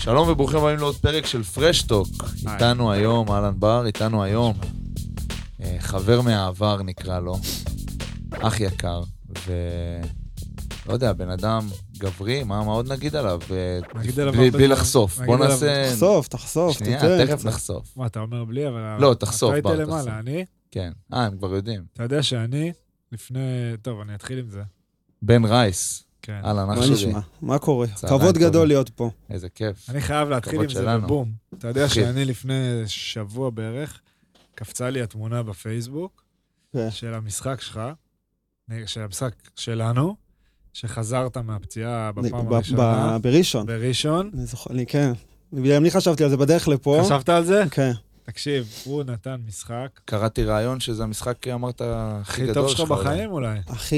שלום וברוכים הבאים לעוד פרק של פרשטוק. איתנו היום, אלן בר, איתנו היום. חבר מהעבר נקרא לו. אח יקר. לא יודע, בן אדם גברי, מה עוד נגיד עליו? בלי לחשוף. בוא נעשה... תחשוף. שנייה, תכף נחשוף. מה, אתה אומר בלי, אבל... לא, תחשוף. אתה היית למעלה, אני? כן. הם כבר יודעים. אתה יודע שאני, לפני... טוב, אני אתחיל עם זה. בן רייס. כן. אהלן, אח מה שלי. נשמע? מה קורה? כבוד גדול להיות פה. איזה כיף. אני חייב להתחיל עם זה בבום. אתה יודע שאני לפני שבוע בערך, קפצה לי התמונה בפייסבוק של המשחק שלך, של המשחק שלנו, שחזרת מהפציעה בפעם הראשונה. בראשון. בראשון. אני זוכר, כן. אני חשבתי על זה בדרך לפה. חשבת על זה? כן. תקשיב, הוא נתן משחק. קראתי רעיון שזה המשחק, אמרת, הכי גדול שלך. הכי טוב שלך בחיים אולי.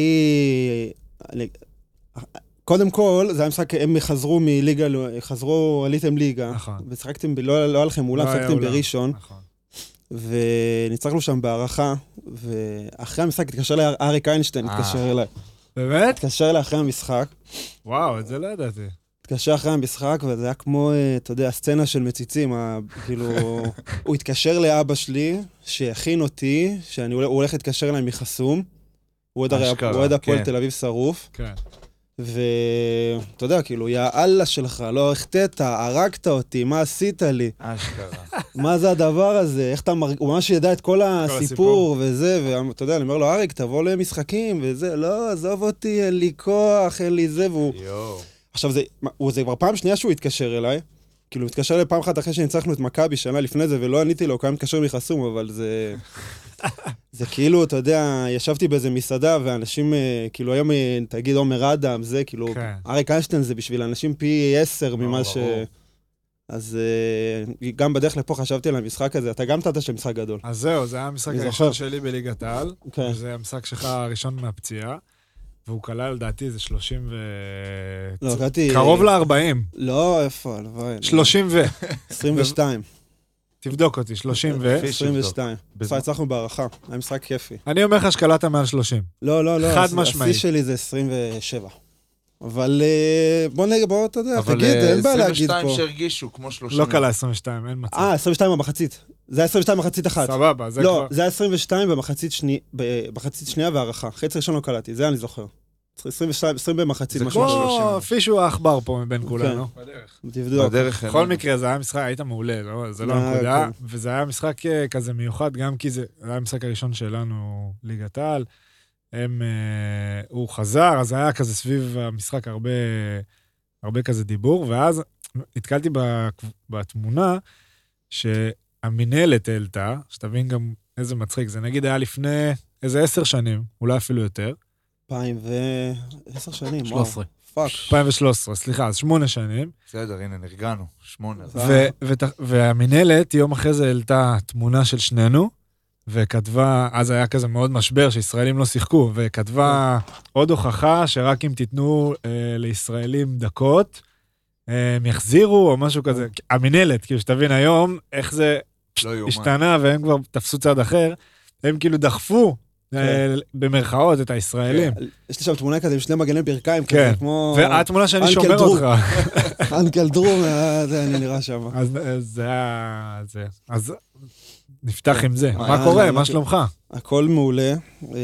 קודם כל, זה היה משחק, הם חזרו, עליתם ליגה. נכון. ושחקתם, לא היה לכם אולם, שחקתם בראשון. נכון. וניצחנו שם בהערכה, ואחרי המשחק התקשר אליי אריק איינשטיין, התקשר אליי. באמת? התקשר אליי אחרי המשחק. וואו, את זה לא ידעתי. התקשר אחרי המשחק, וזה היה כמו, אתה יודע, הסצנה של מציצים, כאילו, הוא התקשר לאבא שלי, שהכין אותי, הוא הולך להתקשר אליי מחסום, הוא אוהד הפועל תל אביב שרוף, ואתה יודע, כאילו, יא אללה שלך, לא החטאת, הרגת אותי, מה עשית לי? אשכרה. מה זה הדבר הזה? איך אתה הוא ממש ידע את כל הסיפור וזה, ואתה יודע, אני אומר לו, אריק, תבוא למשחקים וזה, לא, עזוב אותי, אין לי כוח, אין לי זה, והוא... עכשיו, זה כבר פעם שנייה שהוא התקשר אליי, כאילו, הוא התקשר אליי פעם אחת אחרי שניצחנו את מכבי שנה לפני זה, ולא עניתי לו, הוא קיים מתקשר מחסום, אבל זה... זה כאילו, אתה יודע, ישבתי באיזה מסעדה, ואנשים, כאילו, היום, תגיד, עומר אדם, זה, כאילו, אריק איינשטיין זה בשביל אנשים פי 10 ממה ש... אז גם בדרך לפה חשבתי על המשחק הזה, אתה גם תת של משחק גדול. אז זהו, זה היה המשחק הראשון שלי בליגת העל, וזה המשחק שלך הראשון מהפציעה, והוא כלל, לדעתי, זה 30 קרוב ל-40. לא, איפה, 30 22. תבדוק אותי, 30 22. כבר הצלחנו בהערכה, היה משחק כיפי. אני אומר לך שקלעת מעל 30. לא, חד משמעי. השיא שלי זה 27. אבל בוא, אתה יודע, תגיד, אין בעיה להגיד פה. אבל 22 שהרגישו, כמו 30. לא קלה 22, אין מצב. 22 במחצית. זה היה 22 במחצית אחת. סבבה, זה כבר... לא, זה היה 22 במחצית שנייה והערכה. חצי ראשון לא קלעתי, זה אני זוכר. 20 במחצית. זה כמו פישו האחבר פה מבין כולנו. בדרך. בכל מקרה, זה היה משחק, היית מעולה, זה לא נקודה, וזה היה משחק כזה מיוחד, גם כי זה היה המשחק הראשון שלנו, ליגת העל, הוא חזר, אז היה כזה סביב המשחק הרבה כזה דיבור, ואז התקלתי בתמונה שהמנהלת העלתה, שתבין גם איזה מצחיק, זה נגיד היה לפני איזה 10 שנים, אולי אפילו יותר, 2010 שנים, 13. 2013, סליחה, אז 8 שנים. בסדר, הנה, נרגענו, 8. והמנהלת יום אחרי זה העלתה תמונה של שנינו, וכתבה, אז היה כזה מאוד משבר שישראלים לא שיחקו, וכתבה עוד הוכחה שרק אם תיתנו לישראלים דקות, הם יחזירו או משהו כזה. המנהלת, כאילו שתבין היום איך זה השתנה, והם כבר תפסו צד אחר, הם כאילו דחפו, במרכאות, את הישראלים. יש לי שם תמונה כזה עם שני מגני ברכיים, כן, והתמונה שאני שומר אותך. אנקל דרום, זה אני נראה שם. אז זה היה... אז נפתח עם זה. מה קורה? מה שלומך? הכל מעולה.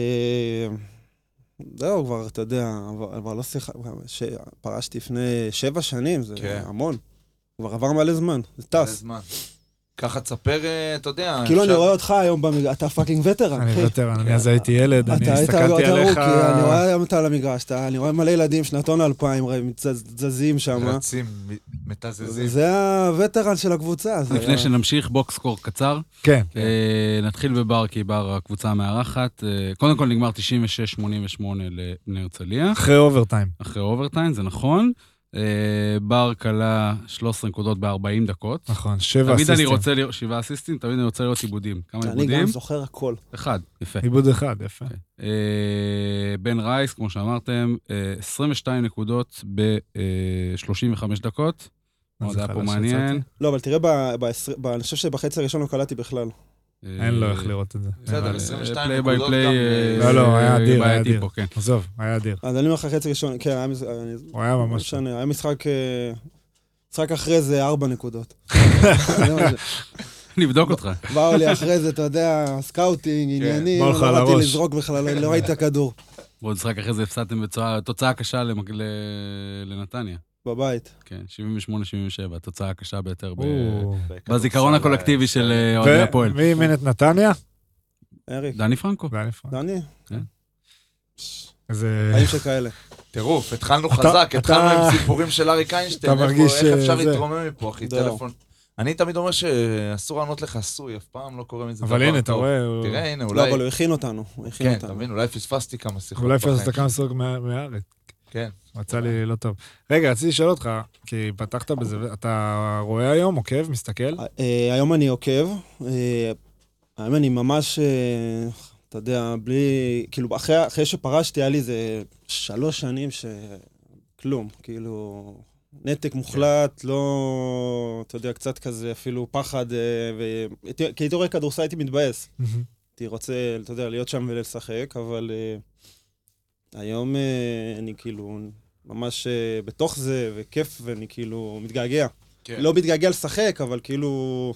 זהו, כבר, אתה יודע, אבל לא שיחה, פרשתי לפני 7 שנים, זה המון. כבר עבר מלא זמן, זה טס. ככה תספר, אתה יודע... כאילו אני רואה אותך היום במגרש, אתה פאקינג וטרן. אני וטרן, אני אז הייתי ילד, אני הסתכלתי עליך... אני רואה היום אתה על המגרש, אני רואה מלא ילדים, שנתון 2000, מתזזים שם. רצים, מתזזים. זה הווטרן של הקבוצה. לפני שנמשיך, בוקסקור קצר. כן. נתחיל בבר, כי בר הקבוצה המארחת. קודם כל נגמר 96-88 לבני הרצליה. אחרי אוברטיים. אחרי אוברטיים, זה נכון. בר קלה 13 נקודות ב-40 דקות. נכון, 7 אסיסטים. תמיד אני רוצה לראות, 7 אסיסטים, תמיד אני רוצה לראות עיבודים. כמה עיבודים? אני גם זוכר הכל. 1, יפה. עיבוד 1, יפה. בן רייס, כמו שאמרתם, 22 נקודות ב-35 דקות. זה היה פה מעניין. לא, אבל תראה, אני חושב שבחצי הראשון לא קלעתי בכלל. אין לו איך לראות את זה. בסדר, 22 נקודות גם... לא, היה אדיר, היה אדיר. כן. עזוב, היה אדיר. אז אני אומר לך חצי ראשון, כן, הוא היה ממש... היה משחק משחק אחרי זה 4 נקודות. נבדוק אותך. באו לי אחרי זה, אתה יודע, סקאוטינג, עניינים, לא באתי לזרוק בכלל, לא ראית כדור. ועוד משחק אחרי זה הפסדתם תוצאה קשה לנתניה. בבית. כן, 78-77, התוצאה הקשה ביותר בזיכרון הקולקטיבי של אוהדי הפועל. מי אימן את נתניה? אריק. דני פרנקו. דני? כן. חיים שכאלה. טירוף, התחלנו חזק, התחלנו עם סיפורים של אריק איינשטיין, איך אפשר להתרומם מפה, אחי, טלפון. אני תמיד אומר שאסור לענות לך עשוי, אף פעם לא קורה מזה דבר טוב. אבל הנה, אתה רואה... תראה, הנה, אולי... לא, אבל הוא הכין אותנו. כן, תבין, אולי פספסתי כמה שיחות. אולי פספסת כמה שיחות מהארץ. כן. מצא לי לא טוב. רגע, רציתי לשאול אותך, כי פתחת בזה, אתה רואה היום, עוקב, מסתכל? היום אני עוקב. היום אני ממש, אתה יודע, בלי... כאילו, אחרי שפרשתי, היה לי איזה 3 שנים שכלום, כאילו... נתק מוחלט, לא, אתה יודע, קצת כזה, אפילו פחד, כי הייתי רואה כדורסל, הייתי מתבאס. הייתי רוצה, אתה יודע, להיות שם ולשחק, אבל היום אני כאילו ממש בתוך זה, וכיף, ואני כאילו מתגעגע. לא מתגעגע לשחק, אבל כאילו...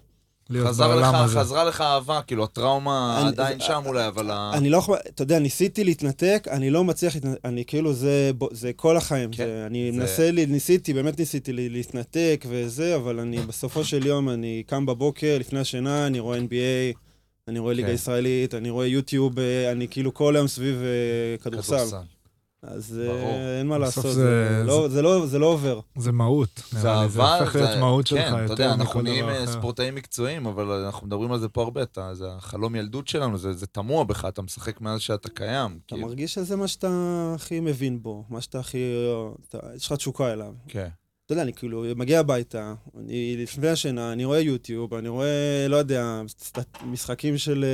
חזרה לך אהבה, כאילו, הטראומה עדיין שם אולי, אבל... אני לא יכול, אתה יודע, ניסיתי להתנתק, אני לא מצליח, אני כאילו, זה כל החיים. אני באמת ניסיתי להתנתק וזה, אבל אני בסופו של יום, אני קם בבוקר, לפני השינה, אני רואה NBA, אני רואה ליגה ישראלית, אני רואה יוטיוב, אני כאילו כל היום סביב כדורסל. אז אין מה לעשות, זה לא עובר. זה מהות. זה אהבה, הופך להיות מהות שלך. כן, אתה יודע, אנחנו נהיים ספורטאים מקצועיים, אבל אנחנו מדברים על זה פה הרבה, זה החלום ילדות שלנו, זה תמוה בך, אתה משחק מאז שאתה קיים. אתה מרגיש שזה מה שאתה הכי מבין בו, מה שאתה הכי... יש לך תשוקה אליו. כן. אתה יודע, אני כאילו מגיע הביתה, אני לפני השינה, אני רואה יוטיוב, אני רואה, לא יודע, משחקים של...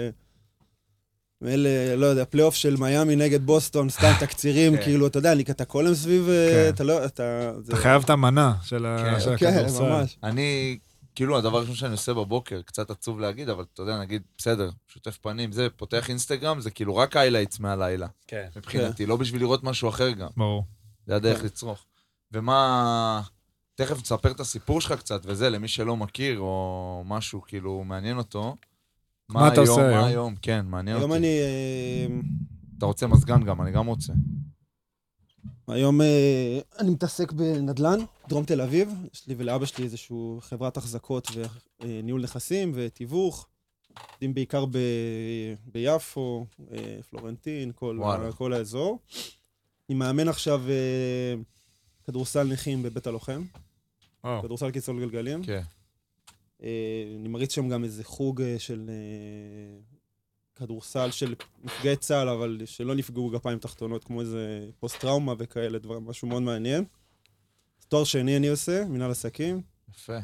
לא יודע, פלייאוף של מיאמי נגד בוסטון, סתם תקצירים, כאילו, אתה יודע, אתה כל יום סביב, אתה לא, אתה חייב את המנה של הכדורסל. כן, ממש. אני, כאילו, הדבר הראשון שאני עושה בבוקר, קצת עצוב להגיד, אבל אתה יודע, נגיד, בסדר, שוטף פנים, זה, פותח אינסטגרם, זה כאילו רק היילייטס מהלילה. כן. מבחינתי, לא בשביל לראות משהו אחר גם. ברור. זה הדרך לצרוך. ומה... תכף תספר את הסיפור שלך קצת, וזה, למי שלא מכיר, או משהו, כאילו, מעניין אותו. מה אתה עושה היום? מה היום? כן, מעניין אותי. היום אני... אתה רוצה מזגן גם, אני גם רוצה. היום אני מתעסק בנדל"ן, דרום תל אביב. יש לי ולאבא שלי איזשהו חברת החזקות וניהול נכסים ותיווך. עובדים בעיקר ביפו, פלורנטין, כל האזור. אני מאמן עכשיו כדורסל נכים בבית הלוחם. כדורסל כיסאות גלגלים. כן. אני מריץ שם גם איזה חוג של כדורסל של נפגעי צה"ל, אבל שלא נפגעו גפיים תחתונות, כמו איזה פוסט-טראומה וכאלה, משהו מאוד מעניין. תואר שני אני עושה, מנהל עסקים. יפה.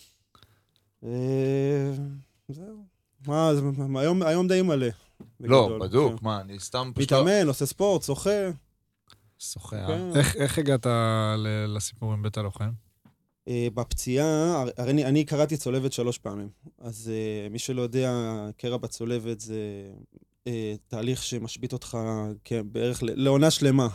זהו. מה, היום די מלא. לא, בדוק, מה, אני סתם פשוט... מתאמן, עושה ספורט, שוחה. שוחה, איך הגעת לסיפור עם בית הלוחם? בפציעה, הרי אני קראתי צולבת 3 פעמים. אז מי שלא יודע, קרע בצולבת זה תהליך שמשבית אותך בערך לעונה שלמה.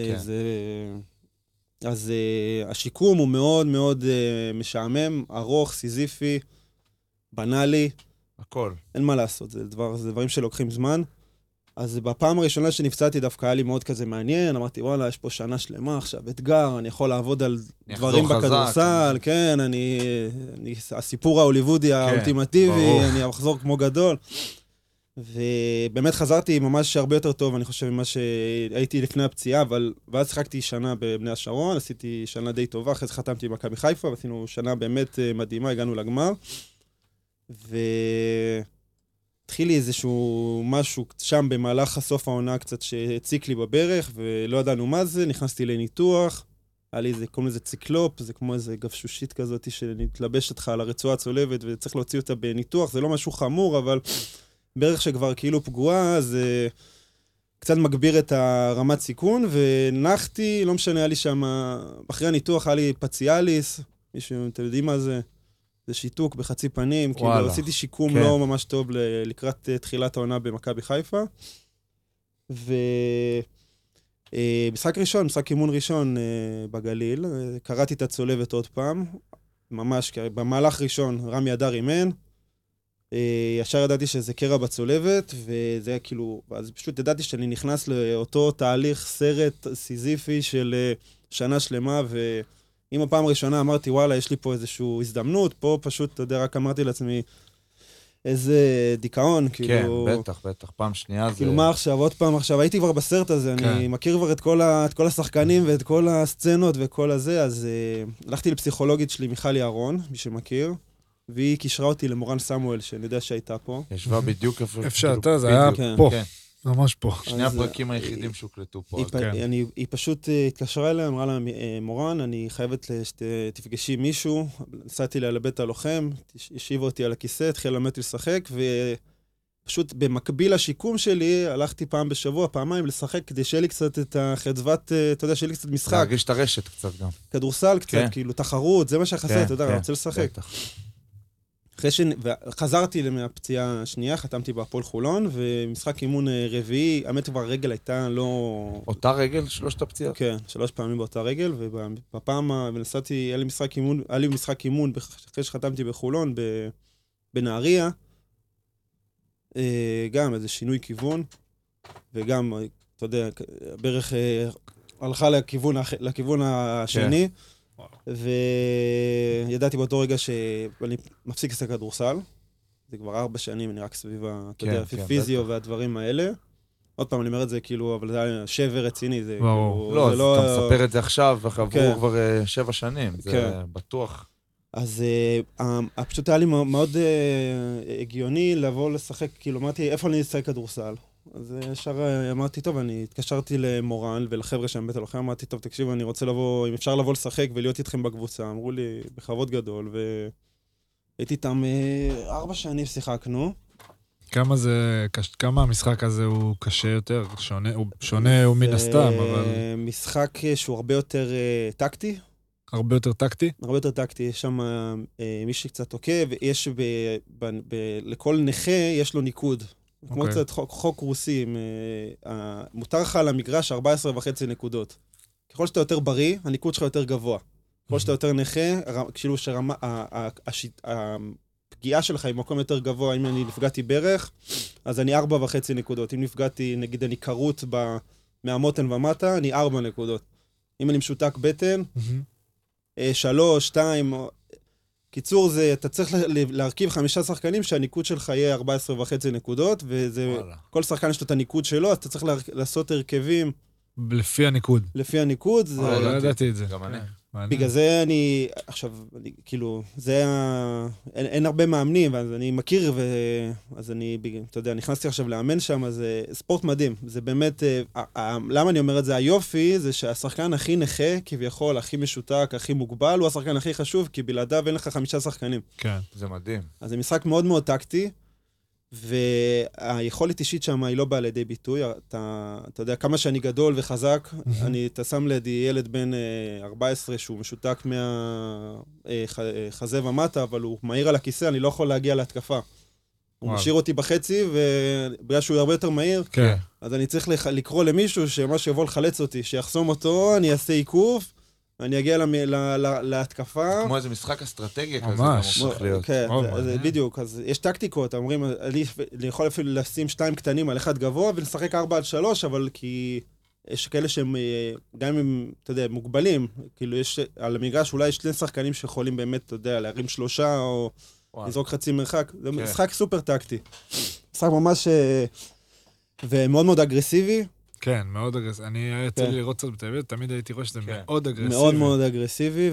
אז השיקום הוא מאוד מאוד משעמם, ארוך, סיזיפי, בנאלי. הכל. אין מה לעשות, זה דברים שלוקחים זמן. אז בפעם הראשונה שנפצעתי דווקא היה לי מאוד כזה מעניין, אמרתי, וואלה, יש פה שנה שלמה עכשיו, אתגר, אני יכול לעבוד על דברים בכדורסל, כן, הסיפור ההוליוודי האולטימטיבי, אני אחזור כמו גדול. ובאמת חזרתי ממש הרבה יותר טוב, אני חושב, ממה שהייתי לפני הפציעה, ואז שחקתי שנה בבני השרון, עשיתי שנה די טובה, אחרי זה חתמתי עם מכבי חיפה, ועשינו שנה באמת מדהימה, הגענו לגמר. התחיל לי איזשהו משהו שם במהלך הסוף העונה קצת שהציק לי בברך, ולא ידענו מה זה, נכנסתי לניתוח, היה לי איזה, קוראים לזה ציקלופ, זה כמו איזה גבשושית כזאת שנתלבש אותך על הרצועה הצולבת, וצריך להוציא אותה בניתוח, זה לא משהו חמור, אבל ברך שכבר כאילו פגועה, זה קצת מגביר את הרמת סיכון, ונחתי, לא משנה, היה לי שם, אחרי הניתוח היה לי פציאליס, מישהו, אתם יודעים מה זה? זה שיתוק בחצי פנים, כאילו עשיתי שיקום לא ממש טוב לקראת תחילת העונה במכבי חיפה. משחק ראשון, משחק אימון ראשון בגליל, קראתי את הצולבת עוד פעם, ממש, במהלך ראשון רמי אדר אימן, ישר ידעתי שזה קרע בצולבת, וזה היה כאילו, אז פשוט ידעתי שאני נכנס לאותו תהליך סרט סיזיפי של שנה שלמה, ואם הפעם הראשונה אמרתי, וואלה, יש לי פה איזושהי הזדמנות, פה פשוט, אתה יודע, רק אמרתי לעצמי, איזה דיכאון, כאילו... כן, בטח, פעם שנייה זה... כאילו מה עכשיו, עוד פעם עכשיו, הייתי כבר בסרט הזה, אני מכיר כבר את כל השחקנים ואת כל הסצנות וכל הזה, אז הלכתי לפסיכולוגית שלי, מיכל יערון, מי שמכיר, והיא קישרה אותי למורן סמואל, שאני יודע שהייתה פה. ישבה בדיוק איפה... אפשר, זה היה פה, ממש פה. שני הפרקים היחידים שהוקלטו פה. היא פשוט התקשרה אליה, אמרה לה, מורן, אני חייבת שתפגשי מישהו, נסעתי לה לבית הלוחם, השיבה אותי על הכיסא, התחילה ללמד לשחק, ופשוט במקביל לשיקום שלי, הלכתי פעם בשבוע, פעמיים לשחק, כדי שיהיה לי קצת את החדוות, אתה יודע, שיהיה לי קצת משחק. להרגיש את הרשת קצת גם. כדורסל קצת, כאילו תחרות, זה מה שחסר, אתה יודע, אני רוצה לשחק. אחרי שחזרתי מהפציעה השנייה, חתמתי בהפועל חולון, ומשחק אימון רביעי, האמת כבר הרגל הייתה לא... אותה רגל, 3 הפציעות? כן, 3 פעמים באותה רגל, ובפעם, ונסעתי, היה לי משחק אימון, אחרי שחתמתי בחולון, בנהריה, גם איזה שינוי כיוון, וגם, אתה יודע, בערך הלכה לכיוון השני, וידעתי באותו רגע שאני מפסיק את הכדורסל, זה כבר 4 שנים, אני רק סביב, אתה יודע, פיזיו והדברים האלה. עוד פעם, אני אומר את זה כאילו, אבל זה היה שבר רציני, זה כאילו... לא, אתה מספר את זה עכשיו, עברו כבר 7 שנים, זה בטוח. אז פשוט היה לי מאוד הגיוני לבוא לשחק, כאילו אמרתי, איפה אני אשחק כדורסל? אז ישר אמרתי, טוב, אני התקשרתי למורן ולחבר'ה שם בית הלוחם, אמרתי, טוב, תקשיבו, אני רוצה לבוא, אם אפשר לבוא לשחק ולהיות איתכם בקבוצה. אמרו לי, בכבוד גדול, והייתי איתם 4 שנים שיחקנו. כמה המשחק הזה הוא קשה יותר? שונה הוא מן הסתם, אבל... משחק שהוא הרבה יותר טקטי. הרבה יותר טקטי? הרבה יותר טקטי, יש שם מי שקצת עוקב, יש לכל נכה יש לו ניקוד. כמו קצת חוק רוסי, מותר לך על המגרש 14.5 נקודות. ככל שאתה יותר בריא, הניקוד שלך יותר גבוה. ככל שאתה יותר נכה, כאילו הפגיעה שלך היא מקום יותר גבוה, אם אני נפגעתי ברך, אז אני 4.5 נקודות. אם נפגעתי, נגיד אני קרות מהמותן ומטה, אני 4 נקודות. אם אני משותק בטן, 3, 2... קיצור, אתה צריך להרכיב 5 שחקנים שהניקוד שלך יהיה 14.5 נקודות, וכל שחקן יש לו את הניקוד שלו, אז אתה צריך לעשות הרכבים... לפי הניקוד. לפי הניקוד. לא ידעתי את זה. גם אני. בגלל זה אני, עכשיו, כאילו, אין הרבה מאמנים, אז אני מכיר, אז אני, אתה יודע, נכנסתי עכשיו לאמן שם, אז זה ספורט מדהים. זה באמת, למה אני אומר את זה? היופי זה שהשחקן הכי נכה, כביכול, הכי משותק, הכי מוגבל, הוא השחקן הכי חשוב, כי בלעדיו אין לך 5 שחקנים. כן, זה מדהים. אז זה משחק מאוד מאוד טקטי, והיכולת אישית שם היא לא באה לידי ביטוי. אתה יודע, כמה שאני גדול וחזק, אתה שם לידי ילד בן 14 שהוא משותק מהחזה ומטה, אבל הוא מהיר על הכיסא, אני לא יכול להגיע להתקפה. הוא משאיר אותי בחצי, ובגלל שהוא הרבה יותר מהיר, אז אני צריך לקרוא למישהו שממש יבוא לחלץ אותי, שיחסום אותו, אני אעשה עיקוף, אני אגיע להתקפה. כמו איזה משחק אסטרטגיה כזה. ממש. כן, בדיוק. אז יש טקטיקות, אומרים, אני יכול אפילו לשים 2 קטנים על 1 גבוה, ולשחק 4-3, אבל כי יש כאלה שהם, גם אם, אתה יודע, מוגבלים, כאילו יש, על המגרש אולי יש 2 שחקנים שיכולים באמת, אתה יודע, להרים 3 או לזרוק חצי מרחק. זה משחק סופר טקטי. משחק ממש, ומאוד מאוד אגרסיבי. כן, מאוד אגרסיבי. אני יצא לי לראות קצת בתל אביב, תמיד הייתי רואה שזה מאוד אגרסיבי. מאוד מאוד אגרסיבי,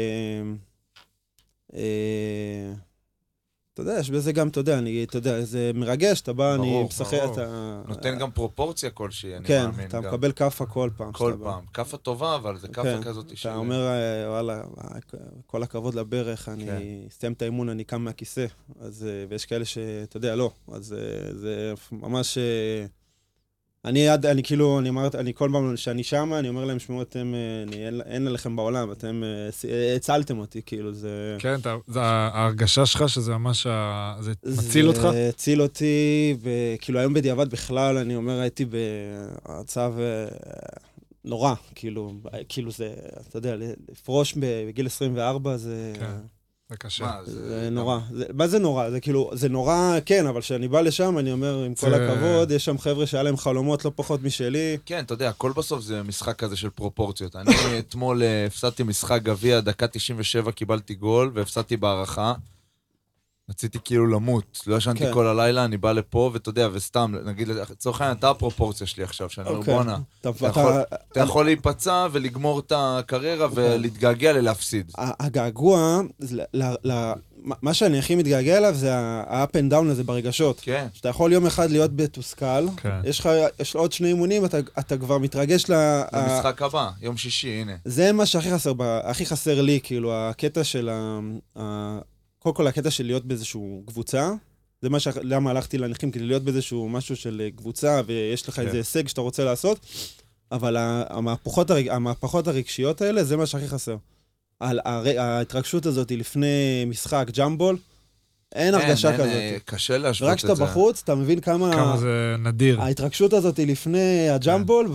אתה יודע, יש בזה גם, אתה יודע, זה מרגש, אתה בא, אני משחק, אתה... נותן גם פרופורציה כלשהי, אני מאמין. כן, אתה מקבל קאפה כל פעם. כל פעם. קאפה טובה, אבל זה קאפה כזאת. אתה אומר, וואלה, כל הכבוד לברך, אני אסתיים את האימון, אני קם מהכיסא, ויש כאלה שאתה יודע, לא, אז זה ממש... אני כל פעם שאני שם, אני אומר להם, שמעו, אתם, אין עליכם בעולם, אתם הצלתם אותי, כאילו, זה... כן, ההרגשה שלך שזה ממש, זה מציל אותך? זה הציל אותי, כאילו, היום בדיעבד בכלל, אני אומר, הייתי במצב נורא, כאילו זה, אתה יודע, לפרוש בגיל 24 זה... כן, זה קשה. זה נורא. מה זה נורא? זה כאילו, זה נורא, כן, אבל כשאני בא לשם, אני אומר, עם כל הכבוד, יש שם חבר'ה שהיה להם חלומות לא פחות משלי. כן, אתה יודע, הכל בסוף זה משחק כזה של פרופורציות. אני אתמול הפסדתי משחק גביע, דקה 97 קיבלתי גול, והפסדתי בהערכה. רציתי כאילו למות, לא ישנתי כל הלילה, אני בא לפה, ואתה יודע, וסתם, נגיד, לצורך העניין, אתה הפרופורציה שלי עכשיו, שאני אומר, בונה, אתה יכול להיפצע ולגמור את הקריירה ולהתגעגע ללהפסיד. הגעגוע, מה שאני הכי מתגעגע אליו זה ה-up and down הזה ברגשות. כן. שאתה יכול יום אחד להיות בתוסכל, יש עוד 2 אימונים, אתה כבר מתרגש למשחק הבא, יום שישי, הנה. זה מה שהכי חסר לי, כאילו, הקטע של קודם כל, הקטע של להיות באיזשהו קבוצה, זה למה הלכתי לנכים, כדי להיות באיזשהו משהו של קבוצה, ויש לך איזה הישג שאתה רוצה לעשות, אבל המהפכות הרגשיות האלה, זה מה שהכי חסר. ההתרגשות הזאת לפני משחק ג'אמבול, אין הרגשה כזאת. קשה להשוות את זה. רק שאתה בחוץ, אתה מבין כמה זה נדיר. ההתרגשות הזאת לפני הג'אמבול,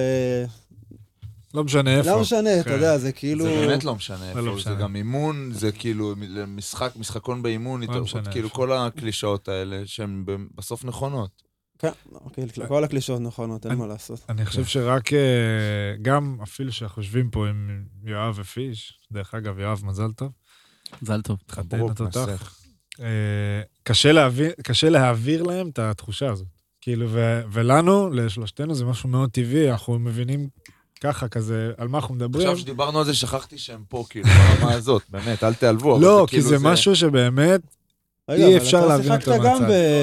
לא משנה איפה. לא משנה, אתה יודע, זה כאילו... זה באמת לא משנה איפה, זה גם אימון, זה כאילו משחקון באימון, כאילו כל הקלישאות האלה, שהן בסוף נכונות. כן, כל הקלישאות נכונות, אין מה לעשות. אני חושב שרק, גם אפילו שחושבים פה עם יואב ופיש, דרך אגב, יואב, מזל טוב. מזל טוב. תחתן את אותך. קשה להעביר להם את התחושה הזאת. כאילו, ולנו, לשלושתנו, זה משהו מאוד טבעי, אנחנו מבינים ככה, כזה, על מה אנחנו מדברים. עכשיו שדיברנו על זה, שכחתי שהם פה, כאילו, ברמה הזאת, באמת, אל תיעלבו. לא, כי זה משהו שבאמת אי אפשר להבין אותו מהצד.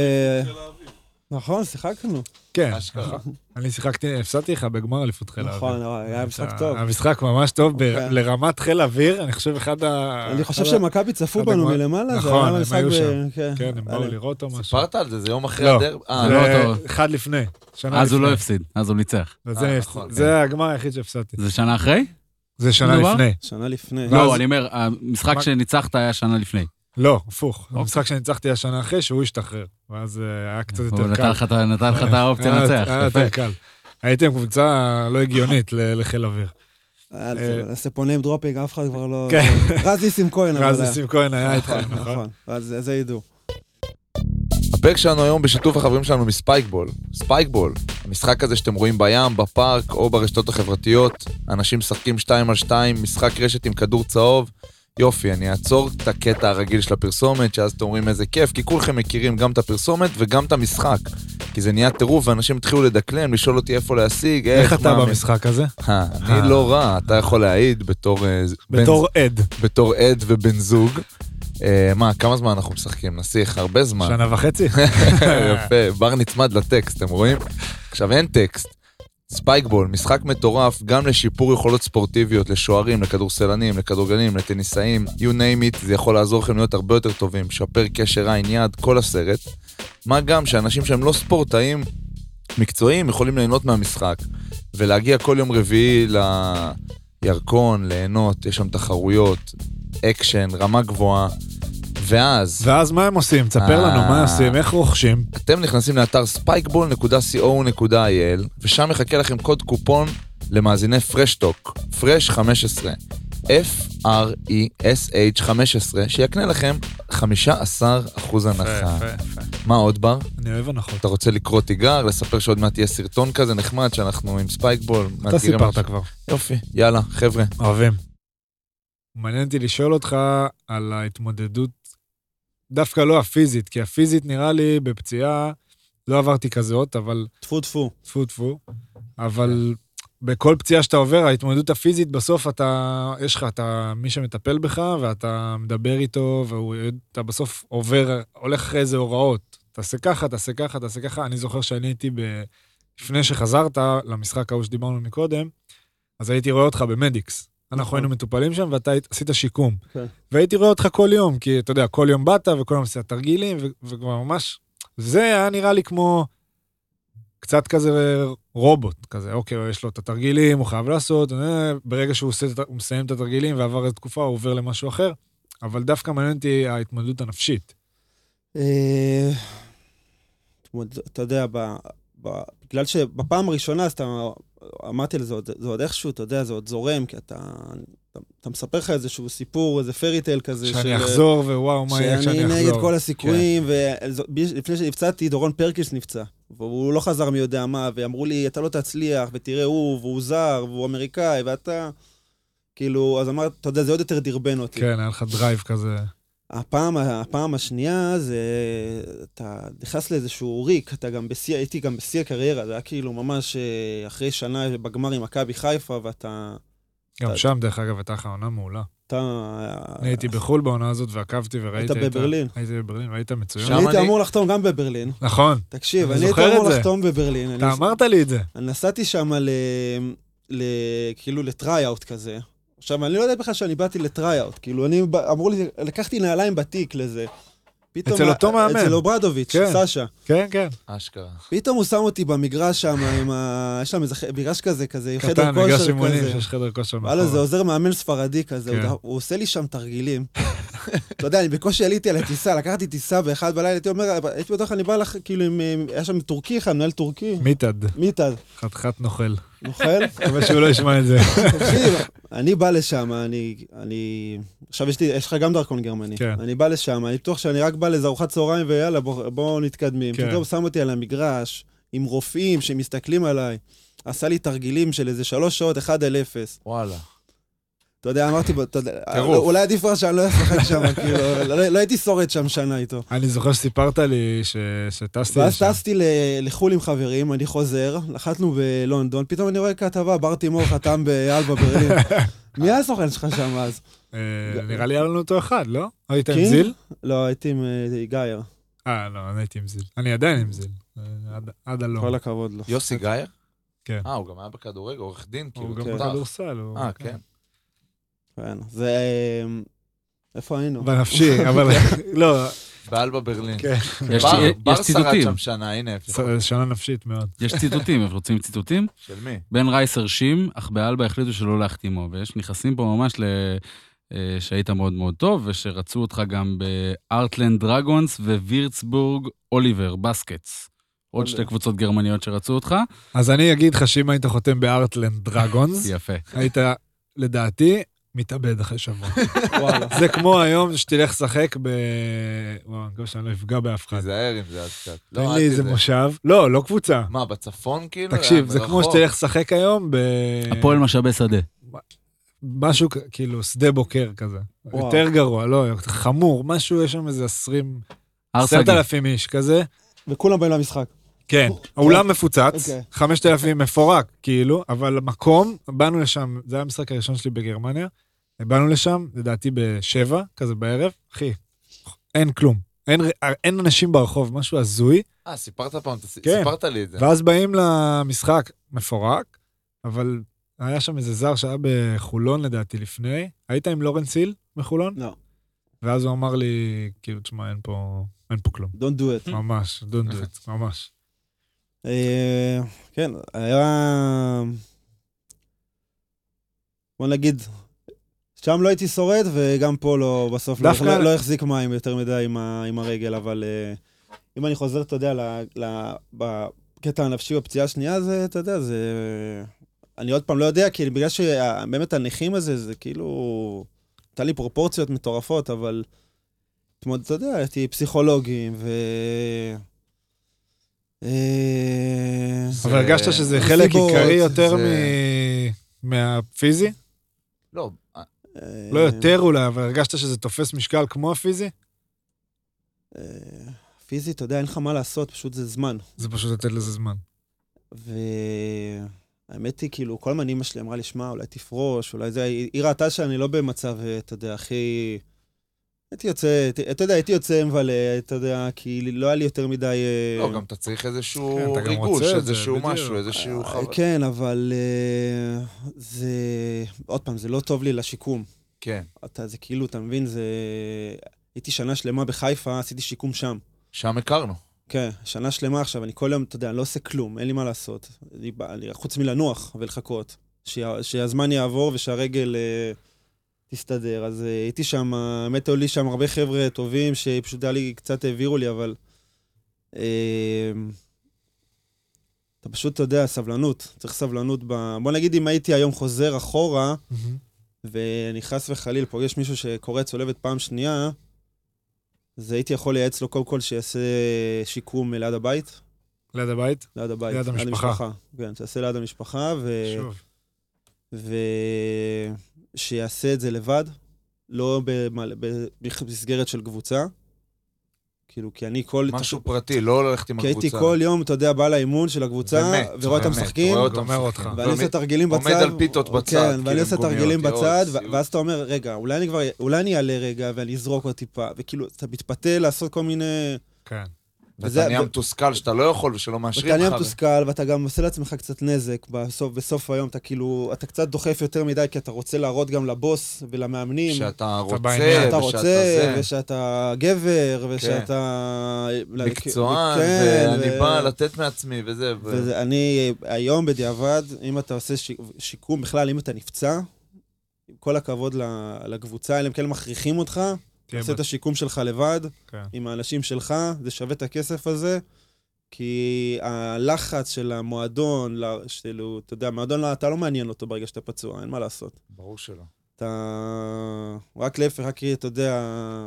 נכון, שיחקנו. כן, אני שיחקתי, הפסדתי לך בגמר אליפות חיל האוויר. נכון, היה משחק טוב. המשחק ממש טוב, לרמת חיל האוויר, אני חושב אני חושב שמכבי צפו בנו מלמעלה, נכון, הם היו שם. כן, הם באו לראות או משהו. סיפרת על זה, זה יום אחרי הדרב. לא, אחד לפני. אז הוא לא הפסיד, אז הוא ניצח. זה הגמר היחיד שהפסדתי. זה שנה אחרי? זה שנה לפני. שנה לפני. לא, אני אומר, המשחק שניצחת היה שנה לפני. לא, הפוך. המשחק שניצחתי היה שנה אחרי שהוא השתחרר. ואז היה קצת יותר קל. הוא נתן לך את האופציה לנצח. היה יותר קל. הייתם קבוצה לא הגיונית לחיל אוויר. ספונים דרופינג, אף אחד כבר לא... רז ניסים כהן. רז ניסים כהן היה איתך, נכון. אז זה ידעו. הפרק שלנו היום בשיתוף החברים שלנו מספייקבול. ספייקבול, המשחק הזה שאתם רואים בים, בפארק או ברשתות החברתיות. אנשים משחקים 2-2, משחק רשת עם כדור צהוב. יופי, אני אעצור את הקטע הרגיל של הפרסומת, שאז אתם אומרים איזה כיף, כי כולכם מכירים גם את הפרסומת וגם את המשחק. כי זה נהיה טירוף, ואנשים התחילו לדקלם, לשאול אותי איפה להשיג, איך אתה במשחק הזה? אני לא רע, אתה יכול להעיד בתור עד. בתור עד ובן זוג. מה, כמה זמן אנחנו משחקים? נסיך, הרבה זמן. 1.5. יפה, בר נצמד לטקסט, אתם רואים? עכשיו אין טקסט. ספייקבול, משחק מטורף גם לשיפור יכולות ספורטיביות, לשוערים, לכדורסלנים, לכדורגלנים, לטניסאים, you name it, זה יכול לעזור לכם להיות הרבה יותר טובים, שפר קשר עין יד, כל הסרט. מה גם שאנשים שהם לא ספורטאים מקצועיים יכולים ליהנות מהמשחק, ולהגיע כל יום רביעי לירקון, ליהנות, יש שם תחרויות, אקשן, רמה גבוהה, ואז מה הם עושים? תספר לנו מה עושים, איך רוכשים? אתם נכנסים לאתר spikeball.co.il ושם מחכה לכם קוד קופון למאזיני פרשטוק, פרש 15, F-R-E-S-H 15, שיקנה לכם 15% הנחה. מה עוד בר? אני אוהב הנחות. אתה רוצה לקרוא תיגר, לספר שעוד מעט יהיה סרטון כזה נחמד שאנחנו עם ספייקבול. אתה סיפרת כבר. יופי, יאללה, חבר'ה. אוהבים. מעניין אותי לשאול אותך על ההתמודדות, דווקא לא הפיזית, כי הפיזית נראה לי בפציעה, לא עברתי כזאת, אבל... טפו, אבל בכל פציעה שאתה עובר, ההתמודדות הפיזית, בסוף יש לך מי שמטפל בך, ואתה מדבר איתו, ואתה בסוף הולך אחרי איזה הוראות. תעשה ככה. אני זוכר שאני הייתי לפני שחזרת למשחק ההוא שדיברנו מקודם, אז הייתי רואה אותך במדיקס. אנחנו היינו מטופלים שם, ואתה עשית שיקום. והייתי רואה אותך כל יום, כי אתה יודע, כל יום באת, וכל יום עשית תרגילים, וכבר ממש... זה היה נראה לי כמו קצת כזה רובוט, כזה, אוקיי, יש לו את התרגילים, הוא חייב לעשות, ברגע שהוא מסיים את התרגילים, ועבר את תקופה, הוא עובר למשהו אחר, אבל דווקא מעניין אותי ההתמודדות הנפשית. אתה יודע, בגלל שבפעם הראשונה, אז אמרתי לזה, זה עוד איכשהו, אתה יודע, זה עוד זורם, כי אתה מספר לך איזשהו סיפור, איזה פריטייל כזה. שאני אחזור, ווואו, מה יהיה כשאני אחזור. שאני נגד כל הסיכויים, ולפני שנפצעתי, דורון פרקיס נפצע, והוא לא חזר מי יודע מה, ואמרו לי, אתה לא תצליח, ותראה הוא, והוא זר, והוא אמריקאי, ואתה... כאילו, אז אמרת, אתה יודע, זה עוד יותר דרבן אותי. כן, היה לך דרייב כזה. הפעם השנייה זה, אתה נכנס לאיזשהו ריק, הייתי גם בשיא הקריירה, זה היה כאילו ממש אחרי שנה בגמר עם מכבי חיפה, ואתה... גם שם, דרך אגב, הייתה לך עונה מעולה. אני הייתי בחול בעונה הזאת, ועקבתי וראיתי... היית בברלין. הייתי בברלין, והיית מצוין. אני הייתי אמור לחתום גם בברלין. נכון. תקשיב, אני הייתי אמור לחתום בברלין. אתה אמרת לי את זה. אני נסעתי שם כאילו לטריי-אוט כזה. עכשיו, אני לא יודע בכלל שאני באתי לטריי-אוט, כאילו, אמרו לי, לקחתי נעליים בתיק לזה. אצל אותו מאמן. אצל אוברדוביץ', סשה. כן, כן. אשכרה. פתאום הוא שם אותי במגרש שם, יש שם איזה מגרש כזה, חדר קטן, כושר מגרש אימונים, כזה. שיש חדר כושר מאחור. וואלה, זה עוזר מאמן ספרדי כזה, הוא עושה לי שם תרגילים. אתה יודע, אני בקושי עליתי על הטיסה, לקחתי טיסה באחד בלילה, הייתי אומר, הייתי בטוח, אני בא לך, כאילו, היה שם טורקי אחד, מנהל טורקי. מיטד. חתיכת נוכל. נוכל? אבל שהוא לא ישמע את זה. תקשיב, אני בא לשם, עכשיו יש לך גם דרכון גרמני. אני בא לשם, אני בטוח שאני רק בא לאיזו ארוחת צהריים, ויאללה, בואו נתקדמים. פתאום שם אותי על המגרש, עם רופאים שמסתכלים עליי. עשה לי תרגילים של איזה 3 שעות, 1-0. וואלה. אתה יודע, אמרתי, אולי עדיף כבר שאני לא אשחק שם, כאילו, לא הייתי שורד שם שנה איתו. אני זוכר שסיפרת לי שטסתי ואז טסתי לחול עם חברים, אני חוזר, לחתנו בלונדון, פתאום אני רואה כתבה, בר תימור חתם באלבה ברלין. מי היה הסוכן שלך שם אז? נראה לי היה לנו אותו אחד, לא? היית עם זיל? לא, הייתי עם גייר. לא, אני הייתי עם זיל. אני עדיין עם זיל. עד הלום. כל הכבוד לו. יוסי גייר? כן. הוא גם היה בכדורגל, עורך דין, כאילו. הוא גם בכדורסל. כן. כן, זה... איפה היינו? בנפשי, אבל לא. באלבה ברלין. כן. בר שרד שם שנה, הנה. שנה נפשית מאוד. יש ציטוטים, אנחנו רוצים ציטוטים? של מי? בן רייס הרשים, אך באלבה החליטו שלא להחתימו, ויש נכנסים פה ממש שהיית מאוד מאוד טוב, ושרצו אותך גם בארטלנד דרגונס ווירצבורג אוליבר, בסקטס. עוד 2 קבוצות גרמניות שרצו אותך. אז אני אגיד לך שאם היית חותם בארטלנד דרגונס, יפה. היית, לדעתי, מתאבד אחרי שבוע. זה כמו היום שתלך לשחק וואו, אני חושב שאני לא אפגע באף אחד. תיזהר עם זה אז קצת. תן לי איזה מושב. לא קבוצה. מה, בצפון כאילו? תקשיב, זה כמו שתלך לשחק היום הפועל משאבי שדה. משהו כאילו שדה בוקר כזה. יותר גרוע, לא, חמור. משהו, יש שם איזה 10,000 איש כזה. וכולם באים למשחק. כן, האולם מפוצץ, 5,000 מפורק, כאילו, אבל המקום, באנו לשם, זה היה המשחק הראשון שלי בגרמניה, באנו לשם, לדעתי ב7, כזה בערב, אחי, אין כלום, אין אנשים ברחוב, משהו הזוי. סיפרת פעם, סיפרת לי את זה. ואז באים למשחק מפורק, אבל היה שם איזה זר שהיה בחולון, לדעתי, לפני, היית עם לורנס היל בחולון? לא. ואז הוא אמר לי, כאילו, תשמע, אין פה כלום. Don't do it. ממש, don't do it, ממש. כן, היה... בוא נגיד, שם לא הייתי שורד, וגם פה לא, בסוף לא החזיק מים יותר מדי עם הרגל, אבל אם אני חוזר, אתה יודע, בקטע הנפשי בפציעה השנייה, זה, אתה יודע, זה... אני עוד פעם לא יודע, כי בגלל שבאמת הנכים הזה, זה כאילו... הייתה לי פרופורציות מטורפות, אבל... אתה יודע, הייתי פסיכולוגים, אבל הרגשת שזה חלק עיקרי יותר מהפיזי? לא. לא יותר אולי, אבל הרגשת שזה תופס משקל כמו הפיזי? פיזי, אתה יודע, אין לך מה לעשות, פשוט זה זמן. זה פשוט לתת לזה זמן. והאמת היא, כאילו, כל הזמן אמא שלי אמרה לי, שמע, אולי תפרוש, אולי זה... היא ראתה שאני לא במצב, אתה יודע, הכי... הייתי יוצא מבלה, אתה יודע, כי לא היה לי יותר מדי... לא, גם אתה צריך איזשהו ריגוש, איזשהו משהו, איזשהו חווה. כן, אבל זה... עוד פעם, זה לא טוב לי לשיקום. כן. זה כאילו, אתה מבין, זה... הייתי שנה שלמה בחיפה, עשיתי שיקום שם. שם הכרנו. כן, שנה שלמה עכשיו, אני כל יום, אתה יודע, אני לא עושה כלום, אין לי מה לעשות. חוץ מלנוח ולחכות. שהזמן יעבור ושהרגל... תסתדר, אז הייתי שם, האמת היו לי שם הרבה חבר'ה טובים, שפשוט היה לי, קצת העבירו לי, אבל אתה פשוט, אתה יודע, סבלנות. צריך סבלנות בוא נגיד, אם הייתי היום חוזר אחורה, ואני חס וחליל פוגש מישהו שקורא צולבת פעם שנייה, אז הייתי יכול לייעץ לו קודם כל שיעשה שיקום ליד הבית. ליד הבית? ליד הבית. ליד המשפחה. כן, שיעשה ליד המשפחה, ושיעשה את זה לבד, לא במסגרת של קבוצה. כאילו, כי אני כל... משהו פרטי, לא ללכת עם הקבוצה. כי הייתי כל יום, אתה יודע, בא לאימון של הקבוצה, ורואה אותם משחקים, ואני עושה תרגלים בצד. עומד על פיתות בצד. כן, ואני עושה תרגלים בצד, ואז אתה אומר, רגע, אולי אני אעלה רגע, ואני אזרוק עוד טיפה, וכאילו, אתה מתפתה לעשות כל מיני... כן. ואתה נהיה מתוסכל שאתה לא יכול ושלא מאשרים לך. ואתה נהיה מתוסכל, ואתה גם עושה לעצמך קצת נזק בסוף היום, אתה כאילו, אתה קצת דוחף יותר מדי, כי אתה רוצה להראות גם לבוס ולמאמנים. שאתה רוצה, ושאתה גבר, ושאתה... מקצוען, ואני בא לתת מעצמי, וזה. ואני היום בדיעבד, אם אתה עושה שיקום, בכלל, אם אתה נפצע, עם כל הכבוד לקבוצה, אלא הם כאלה מכריחים אותך, תעשה את השיקום שלך לבד, עם האנשים שלך, זה שווה את הכסף הזה, כי הלחץ של המועדון, אתה יודע, המועדון, אתה לא מעניין אותו ברגע שאתה פצוע, אין מה לעשות. ברור שלא. רק להפך, רק אתה יודע,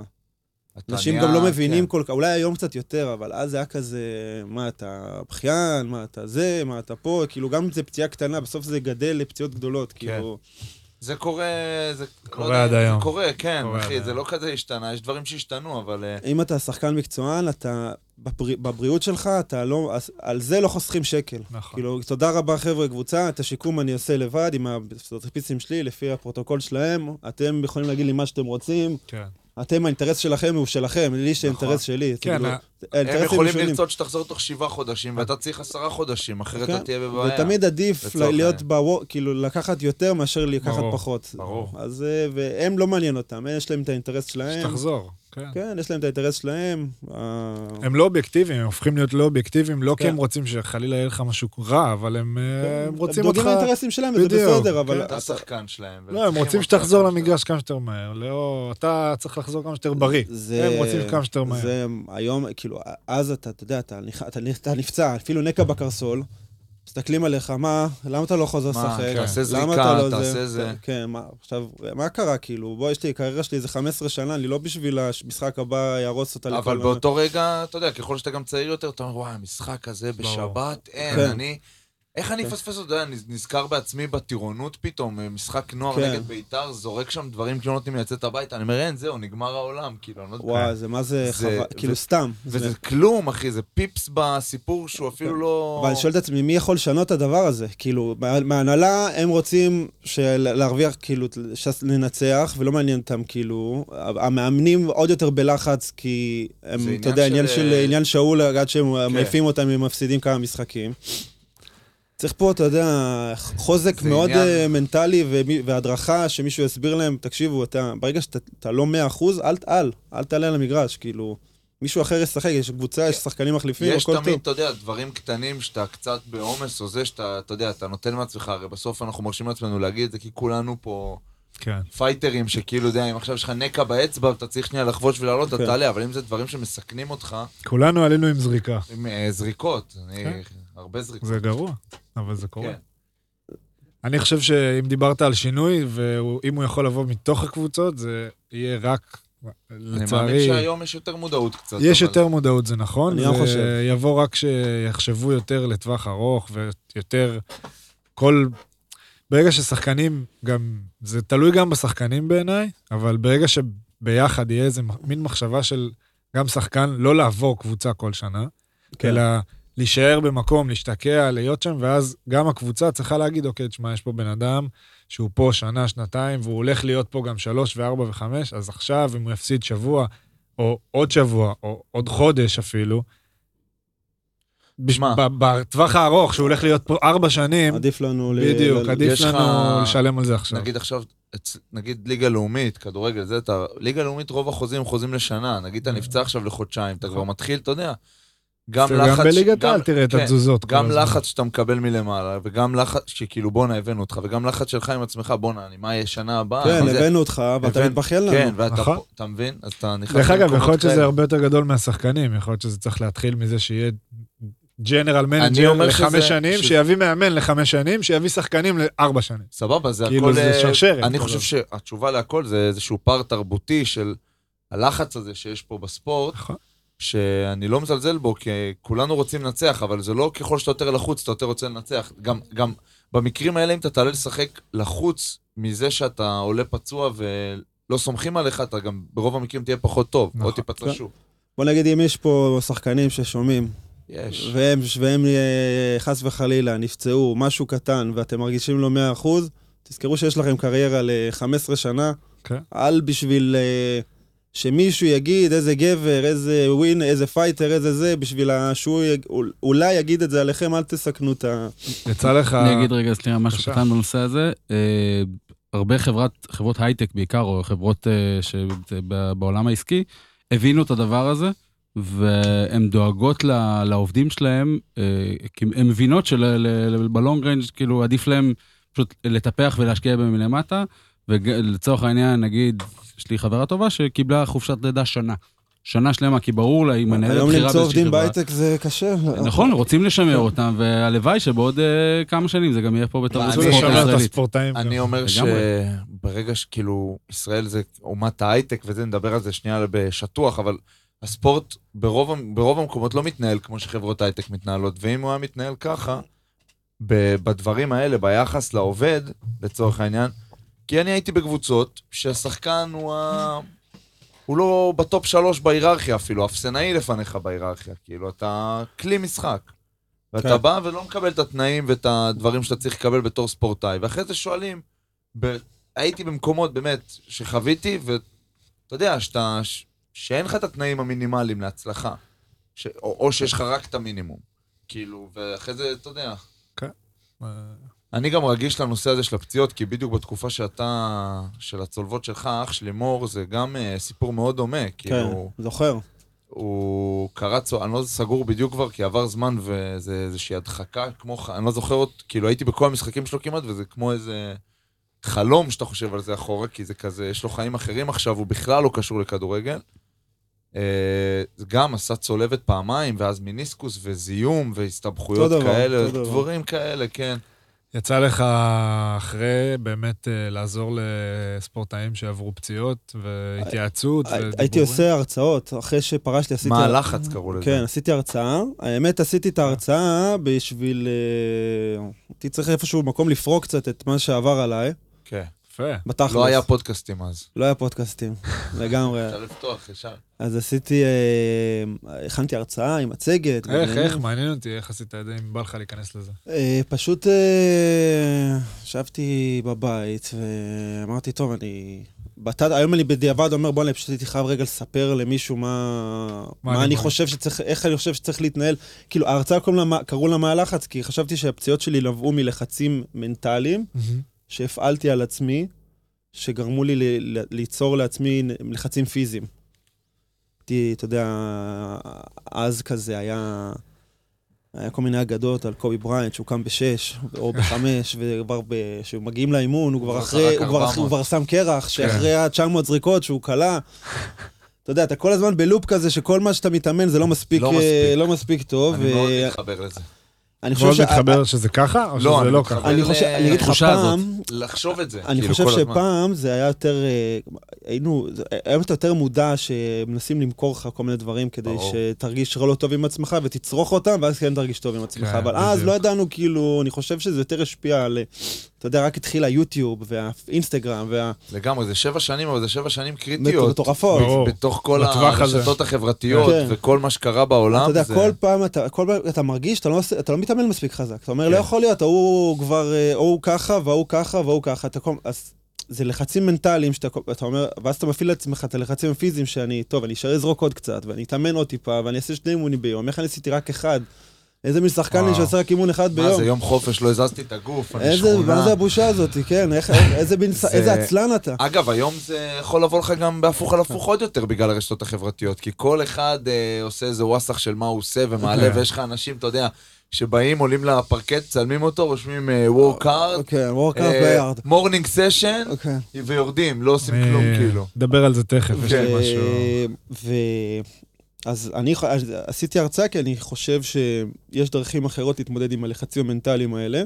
אנשים גם לא מבינים כל כך, אולי היום קצת יותר, אבל אז זה היה כזה, מה אתה בכיין, מה אתה זה, מה אתה פה, כאילו גם אם זה פציעה קטנה, בסוף זה גדל לפציעות גדולות, כאילו... זה קורה, קורה עד היום. זה קורה, כן, אחי, זה לא כזה השתנה, יש דברים שהשתנו, אבל... אם אתה שחקן מקצוען, אתה, בבריאות שלך, אתה לא, על זה לא חוסכים שקל. נכון. כאילו, תודה רבה חבר'ה קבוצה, את השיקום אני אעשה לבד, עם הסטרפיסטים שלי, לפי הפרוטוקול שלהם, אתם יכולים להגיד לי מה שאתם רוצים. כן. אתם, האינטרס שלכם הוא שלכם, לי שהאינטרס שלי. כן, הם יכולים לרצות שתחזור תוך 7 חודשים, ואתה צריך 10 חודשים, אחרת אתה תהיה בבעיה. ותמיד עדיף להיות, כאילו, לקחת יותר מאשר לקחת פחות. ברור. אז, והם לא מעניין אותם, יש להם את האינטרס שלהם. שתחזור. כן, יש להם את האינטרס שלהם. הם לא אובייקטיביים, הם הופכים להיות לא אובייקטיביים, לא כי הם רוצים שחלילה יהיה לך משהו רע, אבל הם רוצים אותך... דוגים האינטרסים שלהם, וזה בסדר, אבל... אתה שחקן שלהם. לא, הם רוצים שתחזור למגרש כמה שיותר מהר. לא, אתה צריך לחזור כמה שיותר בריא. הם רוצים כמה שיותר מהר. זה היום, כאילו, אז אתה יודע, אתה נפצע, אפילו נקע בקרסול, מסתכלים עליך, למה אתה לא חוזר לשחק? תעשה זריקה, תעשה זה. כן, עכשיו, מה קרה, כאילו? בוא, יש לי, קריירה שלי איזה 15 שנה, אני לא בשביל המשחק הבא ירוס אותה. אבל באותו רגע, אתה יודע, ככל שאתה גם צעיר יותר, אתה אומר, וואי, המשחק הזה בשבת, איך אני אפספס אותו? אני נזכר בעצמי בטירונות פתאום, משחק נוער נגד בית"ר, זורק שם דברים שלא נותנים לצאת הביתה, אני אומר, אין, זהו, נגמר העולם, כאילו, אני לא יודע. וואי, זה מה זה חווה, כאילו סתם. וזה כלום, אחי, זה פיפס בסיפור שהוא אפילו לא... אבל אני שואל את עצמי, מי יכול לשנות את הדבר הזה? כאילו, מההנהלה הם רוצים להרוויח, כאילו, לנצח, ולא מעניין אותם, כאילו, המאמנים עוד יותר בלחץ, כי הם, אתה יודע, עניין שאול, עד שהם מעיפים אותם, הם מפסידים כמה משחקים. צריך פה, אתה יודע, חוזק מאוד מנטלי והדרכה, שמישהו יסביר להם, תקשיבו, ברגע שאתה לא 100%, אל תעלה למגרש, כאילו, מישהו אחר ישחק, יש קבוצה, יש שחקנים מחליפים, יש תמיד, אתה יודע, דברים קטנים שאתה קצת בעומס, או זה שאתה, אתה יודע, אתה נותן מעצמך, הרי בסוף אנחנו מרשים לעצמנו להגיד את זה, כי כולנו פה פייטרים, שכאילו, יודע, אם עכשיו יש לך נקע באצבע, אתה צריך שנייה לחבוש ולעלות, אתה תעלה, אבל אם זה דברים שמסכנים אותך... כולנו עלינו עם זריקה. עם זריקות, הרבה זריקות. זה גרוע, אבל זה קורה. אני חושב שאם דיברת על שינוי, ואם הוא יכול לבוא מתוך הקבוצות, זה יהיה רק, לצערי... אני מאמין שהיום יש יותר מודעות קצת. יש יותר מודעות, זה נכון. אני לא חושב. זה יבוא רק שיחשבו יותר לטווח ארוך, ויותר ברגע ששחקנים, גם, זה תלוי גם בשחקנים בעיניי, אבל ברגע שביחד יהיה איזה מין מחשבה של גם שחקן, לא לעבור קבוצה כל שנה, אלא להישאר במקום, להשתקע, להיות שם, ואז גם הקבוצה צריכה להגיד, אוקיי, תשמע, יש פה בן אדם שהוא פה שנה, שנתיים, והוא הולך להיות פה גם 3 ו4 ו5, אז עכשיו, אם הוא יפסיד שבוע, או עוד שבוע, או עוד חודש אפילו, בטווח הארוך, שהוא הולך להיות פה 4 שנים, עדיף לנו בדיוק, עדיף לנו לשלם על זה עכשיו. נגיד עכשיו, נגיד ליגה לאומית, כדורגל, זה אתה, ליגה לאומית רוב החוזים חוזים לשנה, נגיד אתה נפצע עכשיו לחודשיים, אתה כבר מתחיל, אתה יודע, גם לחץ, בליגת העל תראה את התזוזות. גם לחץ שאתה מקבל מלמעלה, וגם לחץ שכאילו בונה הבאנו אותך, וגם לחץ שלך עם עצמך, בונה, מה יהיה שנה הבאה? כן, הבאנו אותך, ואתה מתבחל לנו. כן, ואתה מבין? אז אתה נכנס... דרך אגב, יכול להיות שזה הרבה יותר גדול מהשחקנים, יכול להיות שזה צריך להתחיל מזה שיהיה ג'נרל מנג'ר ל5 שנים, שיביא מאמן ל5 שנים, שיביא שחקנים ל4 שנים. סבבה, זה כאילו הכל... זה שרשרת. אני חושב שהתשובה להכל זה איזשהו פער תרבותי של הלחץ הזה שיש פה בספורט, שאני לא מזלזל בו, כי כולנו רוצים לנצח, אבל זה לא ככל שאתה יותר לחוץ, אתה יותר רוצה לנצח. גם במקרים האלה, אם אתה תעלה לשחק לחוץ מזה שאתה עולה פצוע ולא סומכים עליך, אתה גם ברוב המקרים תהיה פחות טוב, או תיפצע שוב. בוא נגיד, אם יש פה שחקנים ששומעים, יש. והם חס וחלילה נפצעו משהו קטן, ואתם מרגישים לו 100%, תזכרו שיש לכם קריירה ל-15 שנה, על בשביל שמישהו יגיד איזה גבר, איזה ווין, איזה פייטר, איזה זה, בשביל שהוא אולי יגיד את זה עליכם, אל תסכנו את ה... יצא לך... אני אגיד רגע, סליחה, משהו קטן בנושא הזה. הרבה חברות הייטק בעיקר, או חברות שבעולם העסקי, הבינו את הדבר הזה, והן דואגות לעובדים שלהם, כי הן מבינות שבלונג ריינג' כאילו עדיף להם פשוט לטפח ולהשקיע בהם למטה, ולצורך העניין, נגיד, יש לי חברה טובה שקיבלה חופשת לידה שנה שלמה, כי ברור לה, היא מנהלת בחירה היום למצוא עובדים בהייטק זה קשה. נכון, רוצים לשמר אותם, והלוואי שבעוד כמה שנים זה גם יהיה פה בתרבות הישראלית. אני אומר שברגע שכאילו ישראל זה אומת ההייטק, וזה נדבר על זה שנייה בשטוח, אבל הספורט ברוב המקומות לא מתנהל כמו שחברות הייטק מתנהלות, ואם הוא היה מתנהל ככה, בדברים האלה, ביחס לעובד, לצורך העניין, כי אני הייתי בקבוצות שהשחקן הוא לא בטופ 3 בהיררכיה אפילו, אפסנאי לפניך בהיררכיה, כאילו אתה כלי משחק, ואתה בא ולא מקבל את התנאים ואת הדברים שאתה צריך לקבל בתור ספורטאי, ואחרי זה שואלים, הייתי במקומות באמת שחוויתי, ואתה יודע, שאין לך את התנאים המינימליים להצלחה, או שיש לך רק את המינימום, כאילו, ואחרי זה, אתה יודע. אני גם רגיש לנושא הזה של הפציעות, כי בדיוק בתקופה של הצולבות שלך, אח שלי מור, זה גם סיפור מאוד דומה. כן, זוכר. הוא קרא, אני לא סגור בדיוק כבר, כי עבר זמן וזה איזושהי הדחקה, אני לא זוכר עוד, כאילו הייתי בכל המשחקים שלו כמעט, וזה כמו איזה חלום שאתה חושב על זה אחורה, כי זה כזה, יש לו חיים אחרים עכשיו, הוא בכלל לא קשור לכדורגל. גם עשה צולבת פעמיים, ואז מיניסקוס וזיום, והסתבכויות כאלה, דברים כאלה, כן. יצא לך אחרי באמת לעזור לספורטאים שעברו פציעות והתייעצות ודיבורים? הייתי עושה הרצאות, אחרי שפרשתי עשיתי... מה הלחץ קראו לזה? כן, עשיתי הרצאה. האמת, עשיתי את ההרצאה בשביל... הייתי צריך איפשהו מקום לפרוק קצת את מה שעבר עליי. כן. בתכלס. לא היה פודקאסטים אז. לא היה פודקאסטים, לגמרי. אפשר לפתוח, ישר. אז עשיתי, הכנתי הרצאה עם מצגת. איך? מעניין אותי, איך עשית את זה, אם בא לך להיכנס לזה? פשוט ישבתי בבית, ואמרתי, טוב, היום אני בדיעבד אומר, בוא, אני פשוט הייתי חייב רגע לספר למישהו מה אני חושב שצריך, איך אני חושב שצריך להתנהל. כאילו, ההרצאה קראו לה מהלחץ, כי חשבתי שהפציעות שלי נבעו מלחצים מנטליים, שהפעלתי על עצמי, שגרמו לי ליצור לעצמי לחצים פיזיים. אתה יודע, אז כזה היה כל מיני אגדות על קובי בריינט, שהוא קם ב-6 או ב-5, וכבר כשמגיעים לאימון, הוא כבר שם קרח, שאחרי ה-900 זריקות שהוא קלה, אתה יודע, אתה כל הזמן בלופ כזה, שכל מה שאתה מתאמן זה לא מספיק טוב. אני מאוד מתחבר לזה. אני חושב מאוד מתחבר שזה ככה, או שזה לא ככה? אני אגיד לך פעם... לחשוב את זה. אני חושב שפעם זה היה יותר... היינו יותר מודע שמנסים למכור לך כל מיני דברים, כדי שתרגיש לא טוב עם עצמך, ותצרוך אותם, ואז כן תרגיש טוב עם עצמך. אבל אז לא ידענו, כאילו, אני חושב שזה יותר השפיע על... אתה יודע, רק התחיל היוטיוב והאינסטגרם לגמרי, זה 7 שנים, אבל זה 7 שנים קריטיות. מטורפות. בתוך כל הרשתות החברתיות, וכל מה שקרה בעולם. אתה יודע, כל פעם אתה מרגיש, אתה לא מתאמן מספיק חזק. אתה אומר, לא יכול להיות, הוא כבר, הוא ככה, והוא ככה, והוא ככה. אז זה לחצים מנטליים, שאתה אומר, ואז אתה מפעיל לעצמך את הלחצים הפיזיים שאני, טוב, אני אשאר לזרוק עוד קצת, ואני אתאמן עוד טיפה, ואני אעשה 2 אימונים ביום. איך אני עשיתי רק אחד? איזה מין שחקן לי שעשה רק אימון אחד ביום. מה זה, יום חופש, לא הזזתי את הגוף, אני שכונה. מה זה הבושה הזאת, כן? איזה עצלן אתה. אגב, היום זה יכול לבוא לך גם בהפוך על הפוך עוד יותר בגלל הרשתות החברתיות, כי כל אחד עושה איזה וואסך של מה הוא עושה ומעלה, ויש לך אנשים, אתה יודע, שבאים, עולים לפרקט, צלמים אותו, רושמים וורקארד, מורנינג סשן, ויורדים, לא עושים כלום כאילו. דבר על זה תכף, יש לי משהו. אז אני עשיתי הרצאה, כי אני חושב שיש דרכים אחרות להתמודד עם הלחצים המנטליים האלה,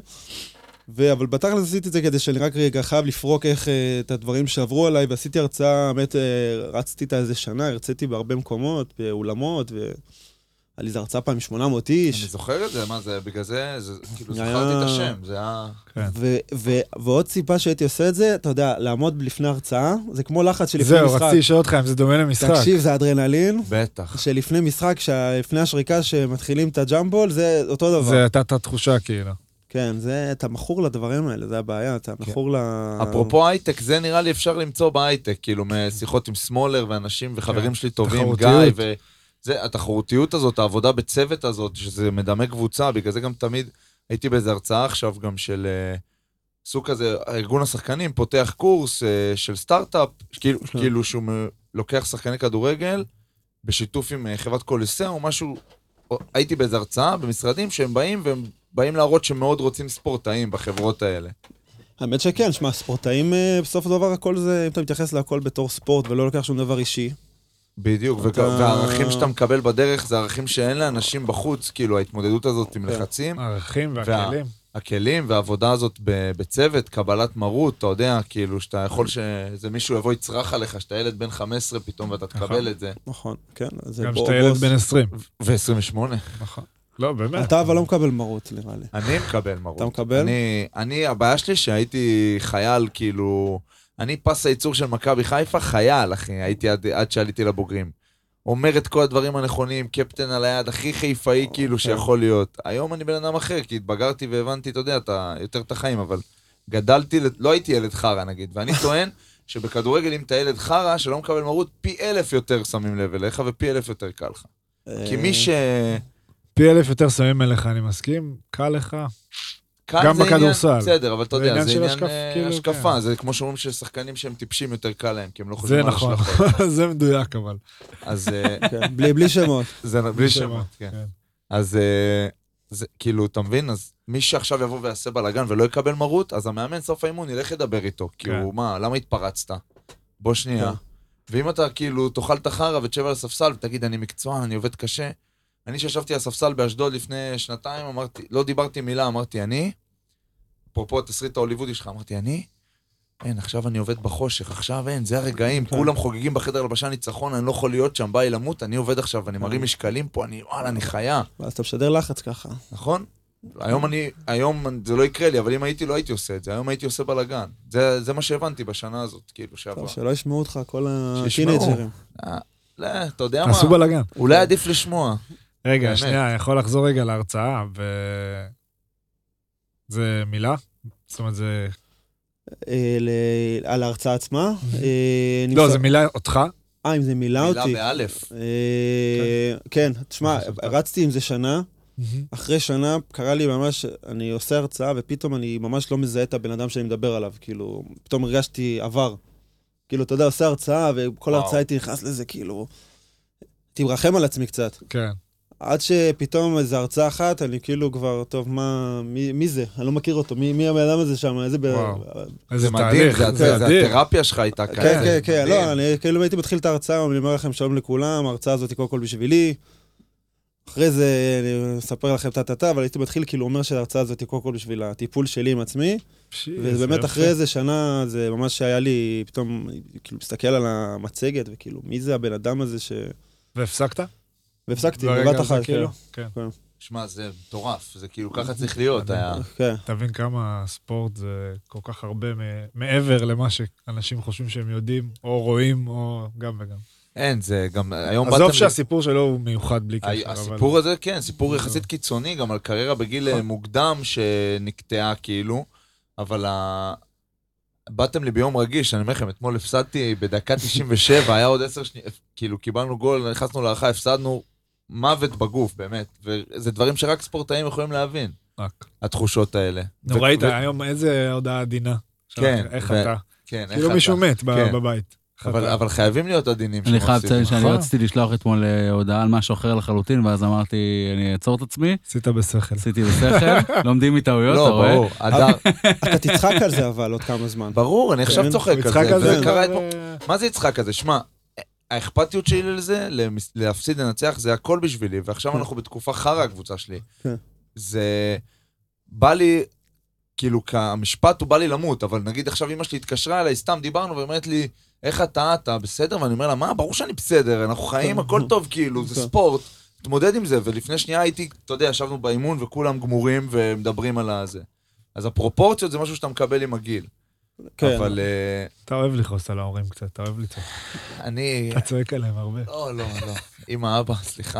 אבל בתכל'ס עשיתי את זה כדי שאני רק רגע חייב לפרוק את הדברים שעברו עליי, ועשיתי הרצאה, באמת רצתי את איזה שנה, הרציתי בהרבה מקומות, באולמות, היה לי זה הרצאה פעם 800 איש. אני זוכר את זה, מה זה, בגלל זה, כאילו זכרתי את השם, זה היה... ועוד סיבה שהייתי עושה את זה, אתה יודע, לעמוד לפני הרצאה, זה כמו לחץ שלפני משחק. זהו, רציתי לשאול אותך אם זה דומה למשחק. תקשיב, זה אדרנלין. בטח. שלפני משחק, לפני השריקה שמתחילים את הג'אמבול, זה אותו דבר. זה הייתה את התחושה כאילו. כן, אתה מכור לדברים האלה, זה הבעיה, אתה מכור ל... אפרופו הייטק, זה נראה לי אפשר למצוא בהייטק, כאילו משיחות עם סמולר ואנשים וחברים שלי טובים, גיא זה, התחרותיות הזאת, העבודה בצוות הזאת, שזה מדמה קבוצה, בגלל זה גם תמיד הייתי באיזו הרצאה עכשיו גם של סוג כזה, ארגון השחקנים פותח קורס של סטארט-אפ, כאילו שהוא לוקח שחקני כדורגל, בשיתוף עם חברת קוליסאה או משהו, הייתי באיזו הרצאה במשרדים שהם באים, והם באים להראות שמאוד רוצים ספורטאים בחברות האלה. האמת שכן, שמה, ספורטאים בסוף הדבר הכל זה, אם אתה מתייחס להכל בתור ספורט ולא לוקח שום דבר אישי, בדיוק, והערכים שאתה מקבל בדרך זה ערכים שאין לאנשים בחוץ, כאילו ההתמודדות הזאת עם לחצים. הערכים והכלים. הכלים והעבודה הזאת בצוות, קבלת מרות, אתה יודע, כאילו שאתה יכול שזה מישהו יבוא יצרח עליך, שאתה ילד בן 15 פתאום ואתה תקבל את זה. נכון, כן. גם שאתה ילד בן 20. ו-28. נכון. לא, באמת. אתה אבל לא מקבל מרות, נראה לי. אני מקבל מרות. אתה מקבל? הבעיה שלי שהייתי חייל, כאילו... אני פס הייצור של מכבי חיפה, חייל, אחי, הייתי עד שעליתי לבוגרים. אומר את כל הדברים הנכונים, קפטן על היד, הכי חיפאי כאילו שיכול להיות. היום אני בן אדם אחר, כי התבגרתי והבנתי, אתה יודע, יותר את החיים, אבל גדלתי, לא הייתי ילד חרה נגיד, ואני טוען שבכדורגל אם אתה ילד חרה, שלא מקבל מרות, פי 1000 יותר שמים לב אליך, ופי 1000 יותר קל לך. כי מי פי 1000 יותר שמים אליך, אני מסכים, קל לך. גם בכדורסל. בסדר, אבל אתה יודע, זה עניין השקפה. זה כמו שאומרים ששחקנים שהם טיפשים יותר קל להם, כי הם לא חושבים על השלכות. זה נכון, זה מדויק אבל. אז... בלי שמות. בלי שמות, כן. אז כאילו, אתה מבין? אז מי שעכשיו יבוא ויעשה בלגן ולא יקבל מרות, אז המאמן סוף האימון ילך לדבר איתו. כי הוא, מה, למה התפרצת? בוא שנייה. ואם אתה כאילו תאכל את החרא ותשב על הספסל ותגיד, אני מקצוען, אני עובד קשה, אני שישבתי על הספסל באשדוד לפני שנתיים, אמרתי, לא דיברתי מילה, אמרתי, אני, אפרופו תסריט ההוליוודי שלך, אמרתי, אין, עכשיו אני עובד בחושך, עכשיו אין, זה הרגעים, כולם חוגגים בחדר לבשה ניצחון, אני לא יכול להיות שם, בא לי למות, אני עובד עכשיו, אני מרים משקלים פה, אני חיה. ואז אתה משדר לחץ ככה. נכון? היום זה לא יקרה לי, אבל אם הייתי, לא הייתי עושה את זה, היום הייתי עושה בלגן. זה מה שהבנתי בשנה הזאת, כאילו, שעברה. שלא ישמעו אותך כל הטינג'רים. לא, אתה יודע מה? עשו בלגן. אולי עדיף לשמוע. רגע, שנייה, יכול לחזור רגע להרצאה, זה מילה? זאת אומרת, זה... על ההרצאה עצמה? לא, זה מילה אותך? אם זה מילה אותי. מילה באלף. כן, תשמע, רצתי עם זה שנה, אחרי שנה קרה לי ממש, אני עושה הרצאה, ופתאום אני ממש לא מזהה את הבן אדם שאני מדבר עליו, כאילו, פתאום הרגשתי עבר. כאילו, אתה יודע, עושה הרצאה, וכל הרצאה הייתי נכנס לזה, כאילו, הייתי מרחם על עצמי קצת. כן. עד שפתאום איזו הרצאה אחת, אני כאילו כבר, טוב, מי זה? אני לא מכיר אותו, מי הבן אדם הזה שם? איזה תהליך, זה התרפיה שלך הייתה כזה. כן, כן, לא, אני כאילו הייתי מתחיל את ההרצאה, ואני אומר לכם שלום לכולם, ההרצאה הזאת היא קודם כל בשבילי, אחרי זה אני אספר לכם טה-טה-טה, אבל הייתי מתחיל כאילו אומר שההרצאה הזאת היא קודם כל בשביל הטיפול שלי עם עצמי, ובאמת אחרי איזה שנה, זה ממש היה לי, פתאום, כאילו, מסתכל על המצגת, וכאילו, מי זה הבן אדם הזה ש... והפסקת? והפסקתי, בבת אחת, כן. שמע, זה מטורף, זה כאילו ככה צריך להיות. תבין כמה ספורט זה כל כך הרבה מעבר למה שאנשים חושבים שהם יודעים, או רואים, או גם וגם. אין, זה גם היום... עזוב שהסיפור שלו הוא מיוחד בלי קשר. הסיפור הזה, כן, סיפור יחסית קיצוני, גם על קריירה בגיל מוקדם שנקטעה כאילו, אבל באתם לי ביום רגיש, אני אומר לכם, אתמול הפסדתי בדקה 97, היה עוד 10 שניות, כאילו קיבלנו גול, נכנסנו להערכה, הפסדנו מוות בגוף, באמת, וזה דברים שרק ספורטאים יכולים להבין, התחושות האלה. נו, ראית, היום איזה הודעה עדינה. כן. איך אתה? כן, כאילו מישהו מת בבית. אבל חייבים להיות עדינים. אני חייב לציין שאני רציתי לשלוח אתמול הודעה על משהו אחר לחלוטין, ואז אמרתי, אני אעצור את עצמי. עשית בשכל. עשיתי בשכל, לומדים מטעויות, אתה רואה? לא, ברור. אתה תצחק על זה אבל עוד כמה זמן. ברור, אני עכשיו צוחק על זה. מה זה יצחק על זה? שמע, האכפתיות שלי לזה, להפסיד, לנצח, זה הכל בשבילי, ועכשיו אנחנו בתקופה חרה הקבוצה שלי. זה בא לי, כאילו, המשפט הוא בא לי למות, אבל נגיד עכשיו אמא שלי התקשרה אליי, סתם דיברנו, ואומרת לי, איך אתה בסדר? ואני אומר לה, מה, ברור שאני בסדר, אנחנו חיים, הכל טוב, כאילו, זה ספורט, תתמודד עם זה, ולפני שנייה הייתי, אתה יודע, ישבנו באימון, וכולם גמורים ומדברים על הזה. אז הפרופורציות זה משהו שאתה מקבל עם הגיל. כן. אבל... אתה אוהב לכעוס על ההורים קצת, אתה אוהב לצעוק. אתה צועק עליהם הרבה. לא. אמא, אבא, סליחה.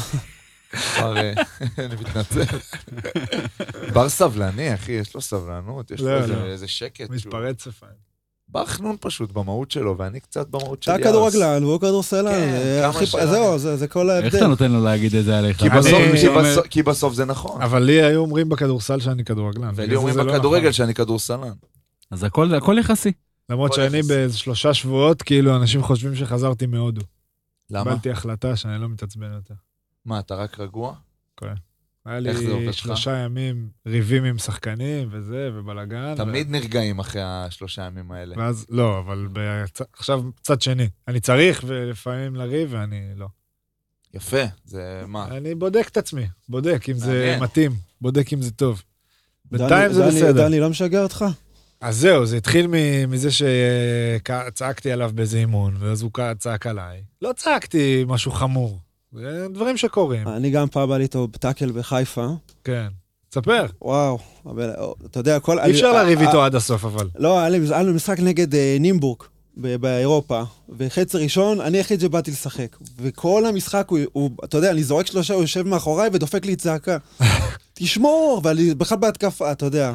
אני מתנצל. בר סבלני, אחי, יש לו סבלנות, יש לו איזה שקט. מתפרץ לפעמים. בר חנון פשוט במהות שלו, ואני קצת במהות שלי. אתה כדורגלן והוא כדורסלן. זהו, זה כל ההבדל. איך אתה נותן לו להגיד את זה עליך? כי בסוף זה נכון. אבל לי היו אומרים בכדורסל שאני כדורגלן. ולי אומרים בכדורגל שאני כדורסלן. אז הכל יחסי. למרות שאני באיזה 3 שבועות, כאילו אנשים חושבים שחזרתי מהודו. למה? קיבלתי החלטה שאני לא מתעצבן יותר. מה, אתה רק רגוע? כן. היה לי 3 ימים ריבים עם שחקנים וזה, ובלגן. תמיד נרגעים אחרי 3 ימים האלה. ואז, לא, אבל עכשיו צד שני. אני צריך ולפעמים לריב ואני לא. יפה, זה מה? אני בודק את עצמי, בודק אם זה מתאים, בודק אם זה טוב. בינתיים זה בסדר. דני לא משגע אותך? אז זהו, זה התחיל מזה שצעקתי עליו באיזה אימון, ואז הוא צעק עליי. לא צעקתי משהו חמור. זה דברים שקורים. אני גם פעם בא לי איתו בטאקל בחיפה. כן. ספר. וואו. אתה יודע, אי אפשר להריב איתו עד הסוף, אבל. לא, היה לי משחק נגד נימבורג באירופה, וחצי ראשון, אני היחיד שבאתי לשחק. וכל המשחק הוא, אתה יודע, אני זורק 3, הוא יושב מאחוריי ודופק לי צעקה. תשמור, ואני בכלל בהתקפה, אתה יודע.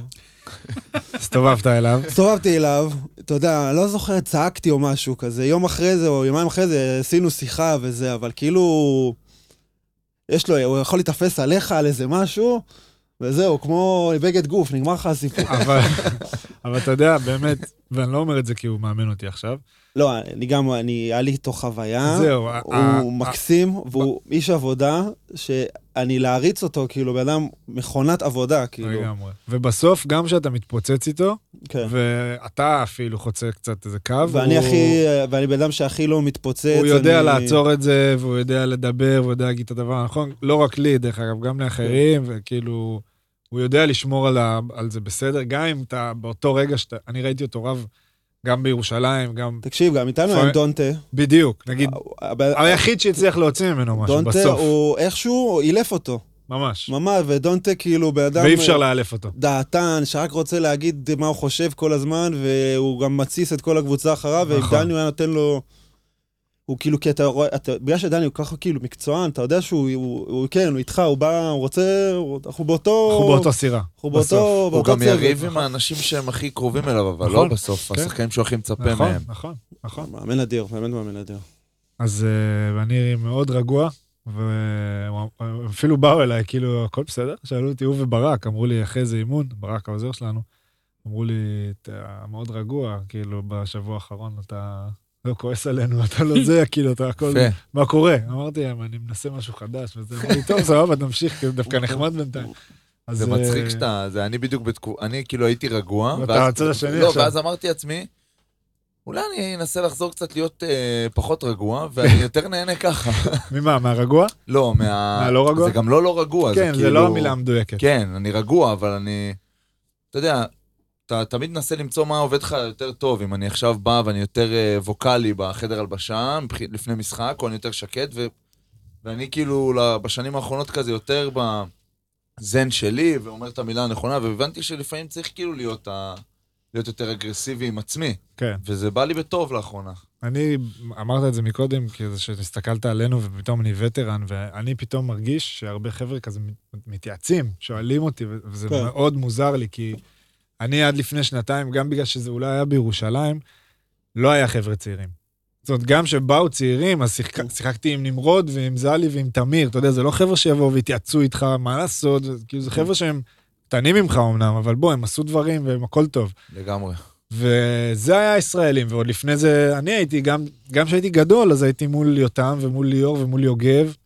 הסתובבתי אליו, אתה יודע, לא זוכר, צעקתי או משהו כזה, יום אחרי זה או יומיים אחרי זה עשינו שיחה וזה, אבל כאילו, הוא יכול להתאפס עליך על איזה משהו, וזהו, כמו בגד גוף, נגמר לך הסיפור. אבל אתה יודע, באמת, ואני לא אומר את זה כי הוא מאמן אותי עכשיו. לא, היה לי איתו חוויה, הוא מקסים, והוא איש עבודה, שאני להריץ אותו, כאילו, באדם מכונת עבודה, כאילו. לגמרי. ובסוף, גם שאתה מתפוצץ איתו, ואתה אפילו חוצה קצת איזה קו, ואני באדם שהכי לא מתפוצץ. הוא יודע לעצור את זה, והוא יודע לדבר, והוא יודע להגיד את הדבר, נכון? לא רק לי, דרך אגב, גם לאחרים, וכאילו, הוא יודע לשמור על זה בסדר, גם אם אתה, באותו רגע אני ראיתי אותו רב, גם בירושלים, גם... תקשיב, גם איתנו עם דונטה. בדיוק, נגיד, היחיד שהצליח להוציא ממנו משהו בסוף. דונטה הוא איכשהו אילף אותו. ממש. ממש, ודונטה כאילו באדם... ואי אפשר לאלף אותו. דעתן, שרק רוצה להגיד מה הוא חושב כל הזמן, והוא גם מציס את כל הקבוצה אחריו, ודני הוא היה נותן לו... הוא כאילו, כי אתה רואה, בגלל שדני הוא ככה כאילו מקצוען, אתה יודע שהוא כן, הוא איתך, הוא בא, הוא רוצה, אנחנו באותו סירה. הוא גם יריב עם האנשים שהם הכי קרובים אליו, אבל לא בסוף, השחקנים שהוא הכי מצפה מהם. נכון. מאמן אדיר, באמת מאמן אדיר. אז אני מאוד רגוע, ואפילו באו אליי, כאילו, הכל בסדר, שאלו אותי, הוא וברק, אמרו לי אחרי זה אימון, ברק העוזר שלנו, אמרו לי, אתה מאוד רגוע, כאילו, בשבוע האחרון אתה... לא כועס עלינו, אתה לא זה, כאילו, אתה הכל, מה קורה? אמרתי להם, אני מנסה משהו חדש, וזה אמרו לי, טוב, סבבה, תמשיך, כי דווקא נחמד בינתיים. זה מצחיק שאתה, זה אני בדיוק אני כאילו הייתי רגוע, ואתה הצד השני עכשיו. ואז אמרתי לעצמי, אולי אני אנסה לחזור קצת להיות פחות רגוע, ואני יותר נהנה ככה. ממה, מהרגוע? לא, מהלא רגוע? זה גם לא רגוע. כן, זה לא המילה המדויקת. כן, אני רגוע, אבל אני, אתה יודע, אתה תמיד מנסה למצוא מה עובד לך יותר טוב, אם אני עכשיו בא ואני יותר ווקלי בחדר הלבשה, לפני משחק, או אני יותר שקט, ואני כאילו בשנים האחרונות כזה יותר בזן שלי, ואומר את המילה הנכונה, והבנתי שלפעמים צריך כאילו להיות יותר אגרסיבי עם עצמי. כן. וזה בא לי בטוב לאחרונה. אני אמרת את זה מקודם, כי זה שהסתכלת עלינו, ופתאום אני וטרן, ואני פתאום מרגיש שהרבה חבר'ה כזה מתייעצים, שואלים אותי, וזה מאוד מוזר לי, כי אני עד לפני 2 גם בגלל שזה אולי היה בירושלים, לא היה חבר'ה צעירים. זאת אומרת, גם שבאו צעירים, אז שיחקתי עם נמרוד ועם זלי ועם תמיר, אתה יודע, זה לא חבר'ה שיבואו והתייעצו איתך, מה לעשות, כאילו זה חבר'ה שהם קטנים ממך אמנם, אבל בוא, הם עשו דברים והם הכל טוב. לגמרי. וזה היה ישראלים, ועוד לפני זה, אני הייתי, גם שהייתי גדול, אז הייתי מול יותם ומול ליאור ומול יוגב,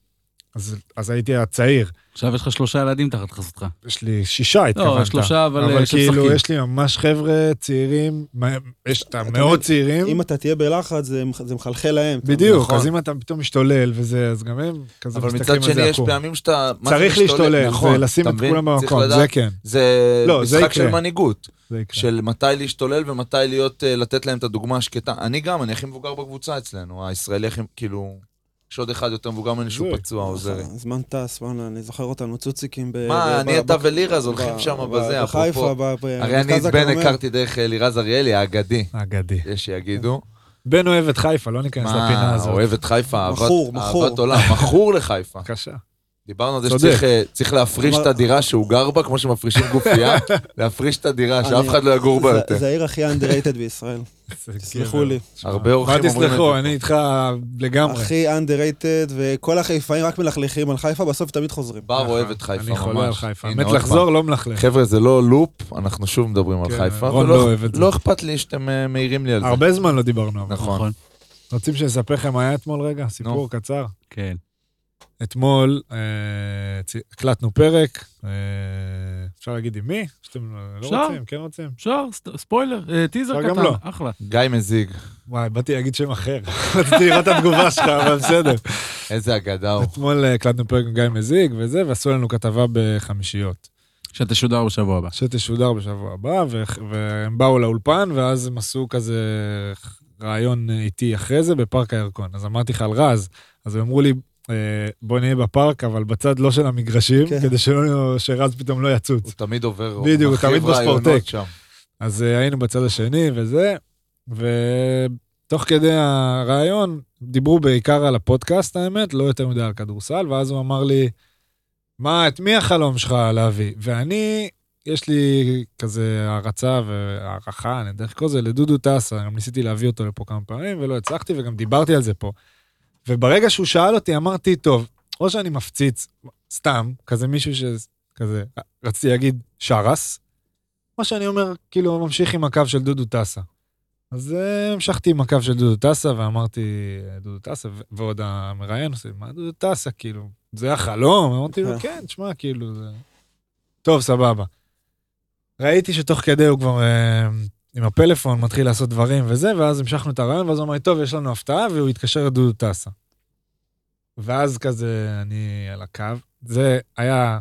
אז הייתי הצעיר. עכשיו יש לך 3 ילדים תחת חסותך. יש לי 6 התכוונת. לא, 3 אבל כאילו יש לי ממש חבר'ה צעירים, יש את מאוד צעירים. אם אתה תהיה בלחץ, זה מחלחל להם. בדיוק, אז אם אתה פתאום משתולל וזה, אז גם הם כזה אבל מסתכלים מצד על זה שני יש עקום. פעמים שאתה... צריך להשתולל ולשים את כולם במקום, זה כן. זה משחק של מנהיגות. זה יקרה. של מתי להשתולל ומתי לתת להם את הדוגמה השקטה. אני הכי מבוגר בקבוצה אצלנו, הישראלי הכי, כאילו, יש עוד אחד יותר מבוגר ממני שהוא פצוע, עוזרי. זמן טס, אני זוכר אותנו צוציקים מה, אני אתה ולירז הולכים שם בזה, בחיפה, הרי אני את בן הכרתי דרך לירז אריאלי, האגדי. האגדי. יש שיגידו. בן אוהב את חיפה, לא ניכנס לפינה הזאת. מה, אוהב את חיפה, מכור. אהבת עולם, מכור לחיפה. קשה. דיברנו על זה שצריך להפריש את הדירה שהוא גר בה, כמו שמפרישים גופייה, להפריש את הדירה, שאף אחד לא יגור בה יותר. זה העיר הכי underrated בישראל. תסלחו לי. הרבה אורחים אומרים את זה. מה תסלחו, אני איתך לגמרי. הכי underrated, וכל החיפאים רק מלכלכים על חיפה, בסוף תמיד חוזרים. בר אוהב את חיפה ממש. אני חולה על חיפה. מת לחזור, לא מלכלך. חבר'ה, זה לא לופ, אנחנו שוב מדברים על חיפה. רון לא אוהב את זה. לא אכפת לי שאתם מעירים לי על זה. הרבה זמן לא דיברנו. נכון. רוצים שנספר לכם מה היה אתמול רגע? סיפור קצר. כן. אתמול הקלטנו פרק, אפשר להגיד עם מי? שאתם לא רוצים, כן רוצים? אפשר, ספוילר, טיזר קטן, לא. אחלה. גיא מזיג. וואי, באתי להגיד שם אחר. רציתי לראות את התגובה שלך, אבל בסדר. איזה אגדה הוא. אתמול הקלטנו פרק עם גיא מזיג וזה, ועשו לנו כתבה בחמישיות. שתשודר בשבוע הבא. שתשודר בשבוע הבא, והם באו לאולפן, ואז הם עשו כזה רעיון איתי אחרי זה בפארק הירקון. אז אמרתי לך על רז, אז הם אמרו לי, בוא נהיה בפארק, אבל בצד לא של המגרשים, כדי שרז פתאום לא יצוץ. הוא תמיד עובר, בדיוק, הוא תמיד בספורטק. שם. אז היינו בצד השני וזה, ותוך כדי הרעיון, דיברו בעיקר על הפודקאסט, האמת, לא יותר מדי על כדורסל, ואז הוא אמר לי, את מי החלום שלך להביא? ואני, יש לי כזה הערצה והערכה, אני דרך כל זה, לדודו טסה, גם ניסיתי להביא אותו לפה כמה פעמים, ולא הצלחתי, וגם דיברתי על זה פה. וברגע שהוא שאל אותי, אמרתי, טוב, או שאני מפציץ, סתם, כזה מישהו שכזה, רציתי להגיד שרס, או שאני אומר, כאילו, ממשיך עם הקו של דודו טסה. אז המשכתי עם הקו של דודו טסה, ואמרתי, דודו טסה, ועוד המראיין עושה, מה דודו טסה, כאילו, זה החלום? אמרתי לו, כן, תשמע, כאילו, זה... טוב, סבבה. ראיתי שתוך כדי הוא כבר עם הפלאפון מתחיל לעשות דברים וזה, ואז המשכנו את הרעיון, ואז הוא אמר, טוב, יש לנו הפתעה, והוא התקשר לדודו טסה. ואז כזה, אני על הקו, זה היה,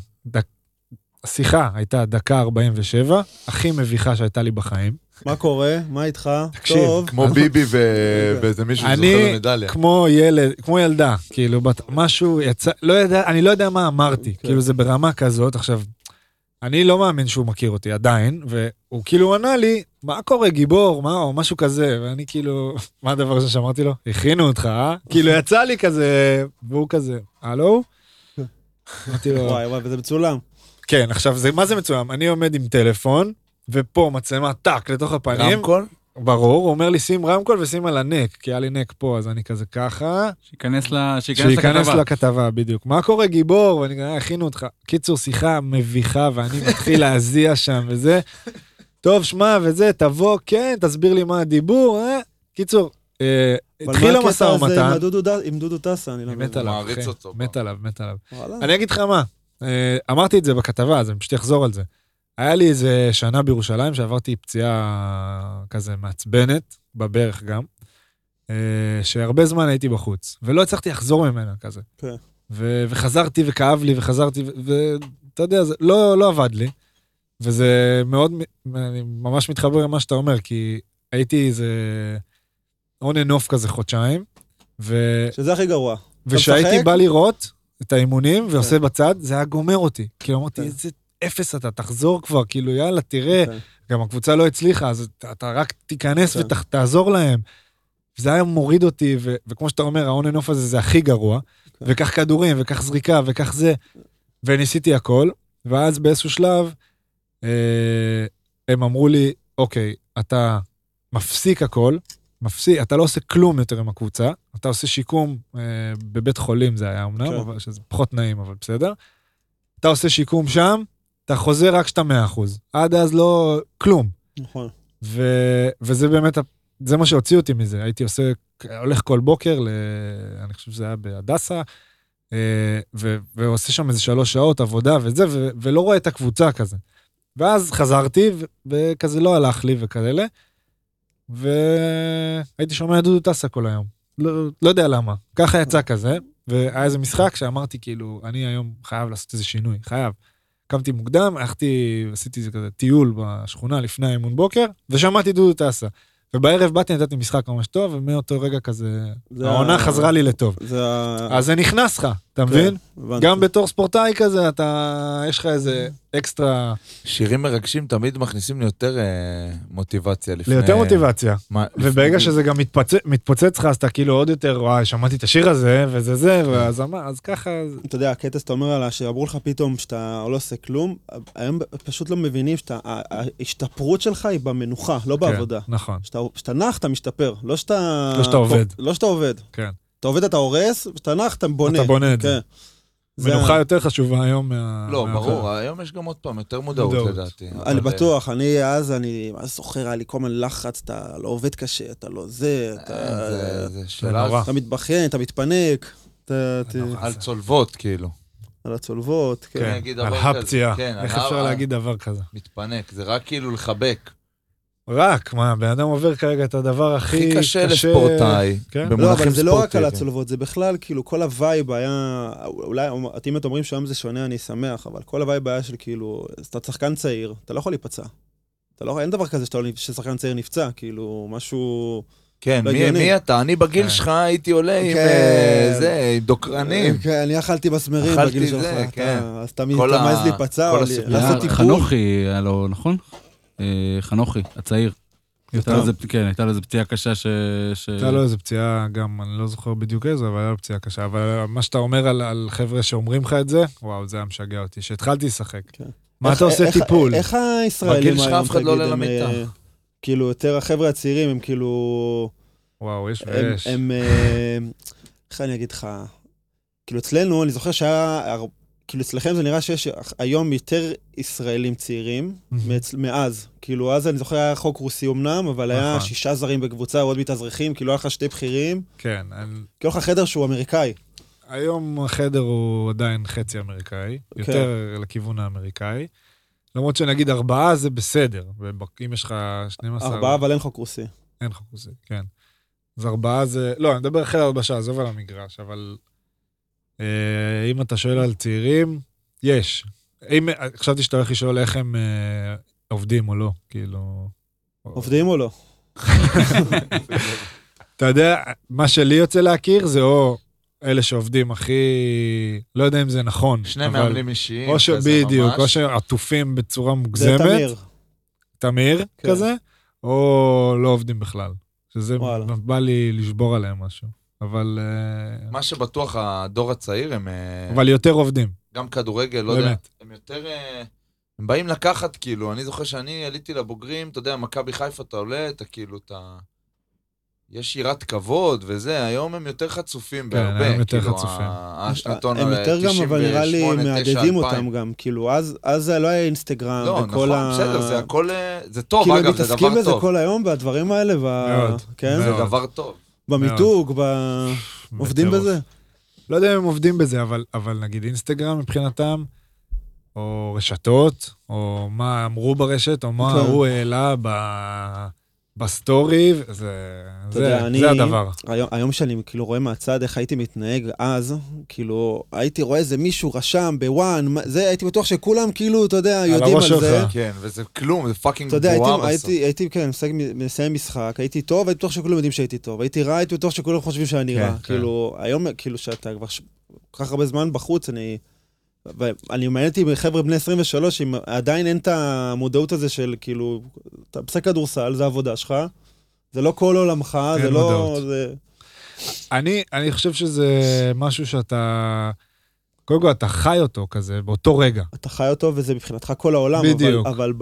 השיחה הייתה 1:47, הכי מביכה שהייתה לי בחיים. מה קורה? מה איתך? תקשיב, כמו ביבי ואיזה מישהו שזוכה במדליה. כמו ילד, כמו ילדה, כאילו, משהו יצא, אני לא יודע מה אמרתי, כאילו זה ברמה כזאת, עכשיו, אני לא מאמין שהוא מכיר אותי עדיין, והוא כאילו ענה לי, מה קורה גיבור, או משהו כזה, ואני כאילו, מה הדבר הזה שאמרתי לו? הכינו אותך, כאילו יצא לי כזה, והוא כזה, הלו? אמרתי לו, וואי, וזה מצולם. כן, עכשיו, מה זה מצולם? אני עומד עם טלפון, ופה מצלמה טק לתוך הפנים. רמקול? ברור, הוא אומר לי, שים רמקול ושים על הנק, כי היה לי נק פה, אז אני כזה ככה. שייכנס לכתבה, בדיוק. מה קורה גיבור? ואני הכינו אותך. קיצור, שיחה מביכה, ואני מתחיל להזיע שם וזה. טוב, שמע, וזה, תבוא, כן, תסביר לי מה הדיבור, קיצור, התחיל המשא ומתן. אבל מה הקטע הזה עם דודו טסה? אני לא מת עליו, מת עליו. וואלה. אני אגיד לך מה, אמרתי את זה בכתבה, אז אני פשוט אחזור על זה. היה לי איזה שנה בירושלים שעברתי פציעה כזה מעצבנת, בברך גם, שהרבה זמן הייתי בחוץ, ולא הצלחתי לחזור ממנה כזה. כן. וחזרתי וכאב לי וחזרתי, ואתה יודע, זה לא עבד לי, וזה מאוד, אני ממש מתחבר למה שאתה אומר, כי הייתי איזה on and off כזה חודשיים, שזה הכי גרוע. ושהייתי בא לראות את האימונים ועושה בצד, זה היה גומר אותי. כאילו אמרתי, איזה אפס אתה, תחזור כבר, כאילו יאללה, תראה, גם הקבוצה לא הצליחה, אז אתה רק תיכנס ותעזור להם. זה היה מוריד אותי, וכמו שאתה אומר, ה-on and off הזה זה הכי גרוע, וכך כדורים, וכך זריקה, וכך זה, וניסיתי הכל, ואז באיזשהו שלב, הם אמרו לי, אוקיי, אתה מפסיק הכל, אתה לא עושה כלום יותר עם הקבוצה, אתה עושה שיקום בבית חולים, זה היה אמנם, אבל שזה פחות נעים, אבל בסדר. אתה עושה שיקום שם, אתה חוזר רק שאתה 100%. עד אז לא, כלום. נכון. וזה באמת, זה מה שהוציא אותי מזה. הייתי הולך כל בוקר, אני חושב שזה היה בהדסה, ועושה שם איזה 3 שעות עבודה וזה, ולא רואה את הקבוצה כזה. ואז חזרתי, וכזה לא הלך לי וכאלה, והייתי שומע דודו טסה כל היום. לא יודע למה. ככה יצא כזה, והיה איזה משחק שאמרתי כאילו, אני היום חייב לעשות איזה שינוי, חייב. קמתי מוקדם, עשיתי איזה כזה טיול בשכונה לפני האימון בוקר, ושמעתי דודו טסה. ובערב באתי, נתתי משחק ממש טוב, ומאותו רגע כזה, העונה חזרה לי לטוב. אז זה נכנס לך, אתה מבין? גם בתור ספורטאי כזה, יש לך איזה אקסטרה... שירים מרגשים תמיד מכניסים לי יותר מוטיבציה לפני... ליותר מוטיבציה. וברגע שזה גם מתפוצץ לך, אז אתה כאילו עוד יותר, וואי, שמעתי את השיר הזה, וזה זה, אז ככה... אתה יודע, הקטע שאתה אומר עליו, שאמרו לך פתאום שאתה לא עושה כלום, היום פשוט לא מבינים שההשתפרות שלך היא במנוחה, לא בעבודה. נכון. שאתה נח, אתה משתפר, לא שאתה עובד. לא שאתה עובד. כן. אתה עובד, אתה הורס, ואתה נח, אתה בונה. אתה בונה את זה. מנוחה יותר חשובה היום לא, ברור, היום יש גם עוד פעם יותר מודעות לדעתי. אני בטוח, אני זוכר, היה לי כל מיני לחץ, אתה לא עובד קשה, אתה לא זה, אתה מתבחן, אתה מתפנק. על צולבות, כאילו. על הצולבות, כן. על הפציעה. איך אפשר להגיד דבר כזה? מתפנק, זה רק כאילו לחבק. רק, מה, בן אדם עובר כרגע את הדבר הכי קשה לספורטאי. לא, אבל זה לא רק על הצולבות, זה בכלל, כאילו, כל הווייב היה, אולי, אם אתם אומרים שהיום זה שונה, אני שמח, אבל כל הווייב היה של כאילו, אתה שחקן צעיר, אתה לא יכול להיפצע. אין דבר כזה ששחקן צעיר נפצע, כאילו, משהו... כן, מי אתה? אני בגיל שלך הייתי עולה עם זה, עם דוקרנים. כן, אני אכלתי מסמרים בגיל שלך. אז אתה מעז להיפצע, חנוכי היה לו, נכון? חנוכי, הצעיר. כן, הייתה לו איזו פציעה קשה הייתה לו איזו פציעה, גם, אני לא זוכר בדיוק איזו, אבל היה לו פציעה קשה. אבל מה שאתה אומר על חבר'ה שאומרים לך את זה, וואו, זה היה משגע אותי, שהתחלתי לשחק. מה אתה עושה טיפול? איך הישראלים בגיל שלך אף אחד לא עולה למיטה. כאילו, יותר החבר'ה הצעירים הם כאילו... וואו, יש. איך אני אגיד לך? כאילו, אצלנו, אני זוכר שהיה... כאילו, אצלכם זה נראה שיש היום יותר ישראלים צעירים מאז. כאילו, אז אני זוכר היה חוק רוסי אמנם, אבל היה 6 זרים בקבוצה, עוד מתאזרחים, כאילו, היה לך 2 בכירים. כן. כאילו, לך חדר שהוא אמריקאי. היום החדר הוא עדיין חצי אמריקאי, יותר לכיוון האמריקאי. למרות שנגיד 4 זה בסדר, אם יש לך 12... 4, אבל אין חוק רוסי. אין חוק רוסי, כן. אז 4 זה... לא, אני מדבר אחרי הלבשה, עזוב על המגרש, אבל... אם אתה שואל על צעירים, יש. חשבתי שאתה הולך לשאול איך הם עובדים או לא, כאילו... עובדים או לא? אתה יודע, מה שלי יוצא להכיר זה או אלה שעובדים הכי... לא יודע אם זה נכון. 2 מאמנים אישיים. או שבדיוק, או שעטופים בצורה מוגזמת. זה תמיר. תמיר כזה, או לא עובדים בכלל. שזה בא לי לשבור עליהם משהו. אבל... מה שבטוח, הדור הצעיר הם... אבל יותר עובדים. גם כדורגל, לא יודע. הם יותר... הם באים לקחת, כאילו, אני זוכר שאני עליתי לבוגרים, אתה יודע, מכבי חיפה אתה עולה, אתה כאילו, אתה... יש יראת כבוד וזה, היום הם יותר חצופים בהרבה. כן, הם יותר חצופים. השנתון הם יותר גם, אבל נראה לי מעדדים אותם גם, כאילו, אז לא היה אינסטגרם. לא, נכון, בסדר, זה הכל... זה טוב, אגב, זה דבר טוב. כאילו, מתעסקים בזה כל היום, בדברים האלה, זה דבר טוב. במיתוג, עובדים בזה? לא יודע אם הם עובדים בזה, אבל נגיד אינסטגרם מבחינתם, או רשתות, או מה אמרו ברשת, או מה הוא העלה בסטורי, זה הדבר. היום שאני כאילו רואה מהצד איך הייתי מתנהג אז, כאילו הייתי רואה איזה מישהו רשם בוואן, זה הייתי בטוח שכולם כאילו, אתה יודע, יודעים על זה. כן, וזה כלום, זה פאקינג בועה בסוף. הייתי, כן, מסיים משחק, הייתי טוב, הייתי בטוח שכולם יודעים שהייתי טוב, הייתי רע, הייתי בטוח שכולם חושבים שאני רע. כאילו, היום, כאילו שאתה כבר כל כך הרבה זמן בחוץ, ואני מעניינתי מחבר'ה בני 23, אם עדיין אין את המודעות הזה של כאילו, אתה פסק כדורסל, זה העבודה שלך, זה לא כל עולמך, זה לא... אני חושב שזה משהו שאתה, קודם כל אתה חי אותו כזה, באותו רגע. אתה חי אותו וזה מבחינתך כל העולם, אבל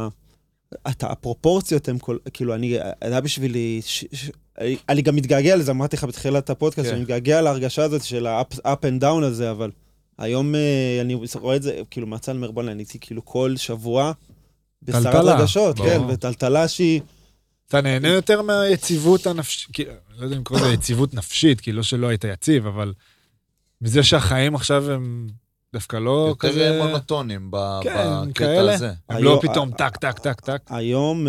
הפרופורציות הן כאילו, אני בשבילי, אני גם מתגעגע לזה, אמרתי לך בתחילת הפודקאסט, אני מתגעגע להרגשה הזאת של ה-up and down הזה, אבל... היום אני רואה את זה, כאילו, מהצל מרבון, אני הייתי כאילו כל שבוע בסערת רגשות, כן, וטלטלה שהיא... אתה נהנה יותר מהיציבות הנפשית, לא יודע אם קורא לזה יציבות נפשית, כי לא שלא היית יציב, אבל מזה שהחיים עכשיו הם דווקא לא כזה... יותר מונוטונים בקטע הזה. הם לא פתאום טק, טק, טק, טק. היום,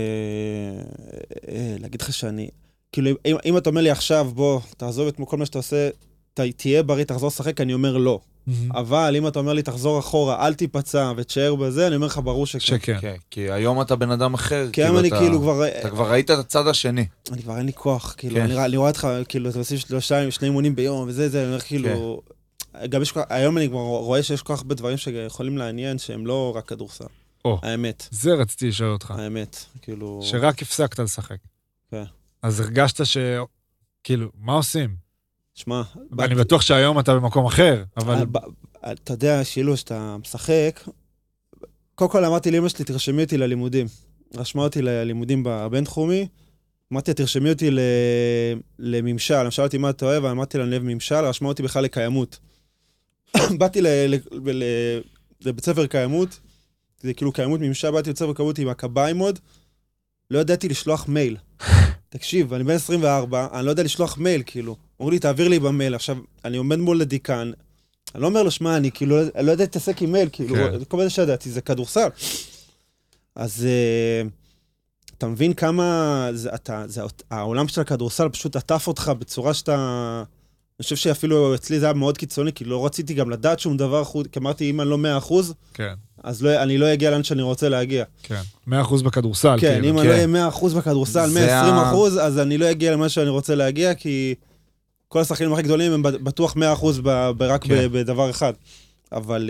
להגיד לך שאני... כאילו, אם אתה אומר לי עכשיו, בוא, תעזוב את כל מה שאתה עושה, תהיה בריא, תחזור לשחק, אני אומר לא. אבל אם אתה אומר לי, תחזור אחורה, אל תיפצע ותשאר בזה, אני אומר לך ברור שכן. כן, כי היום אתה בן אדם אחר. כי היום אני כאילו כבר... אתה כבר ראית את הצד השני. אני כבר אין לי כוח, כאילו, אני רואה אותך, כאילו, אתה עושים שני אימונים ביום, וזה, אני אומר, כאילו... גם היום אני כבר רואה שיש כל כך הרבה דברים שיכולים לעניין, שהם לא רק כדורסל. האמת. זה רציתי לשאול אותך. האמת, כאילו... שרק הפסקת לשחק. כן. אז הרגשת כאילו, מה עושים? שמע... אני בטוח שהיום אתה במקום אחר, אבל... אתה יודע, שילו, שאתה משחק, קודם כל אמרתי לאמא שלי, תרשמי אותי ללימודים. רשמה אותי ללימודים בבינתחומי, אמרתי, תרשמי אותי לממשל, אני שאלתי אותי מה אתה אוהב, אמרתי לה, אני אוהב ממשל, רשמה אותי בכלל לקיימות. באתי לבית ספר קיימות, זה כאילו קיימות ממשל, באתי לבית ספר קיימות עם הקביים עוד, לא ידעתי לשלוח מייל. תקשיב, אני בן 24, אני לא יודע לשלוח מייל, כאילו. אמרו לי, תעביר לי במייל. עכשיו, אני עומד מול הדיקן, אני לא אומר לו, שמה, אני כאילו, לא יודע להתעסק עם מייל, כאילו, כל מיני שידעתי, זה כדורסל. אז אתה מבין כמה, העולם של הכדורסל פשוט עטף אותך בצורה שאתה, אני חושב שאפילו אצלי זה היה מאוד קיצוני, כי לא רציתי גם לדעת שום דבר, כי אמרתי, אם אני לא 100%, כן. אז אני לא אגיע לאן שאני רוצה להגיע. כן, 100% בכדורסל. כן, אם אני לא אהיה 100% בכדורסל, 120%, אז אני לא אגיע למה שאני רוצה להגיע, כי כל השחקנים הכי גדולים הם בטוח 100% רק בדבר אחד. אבל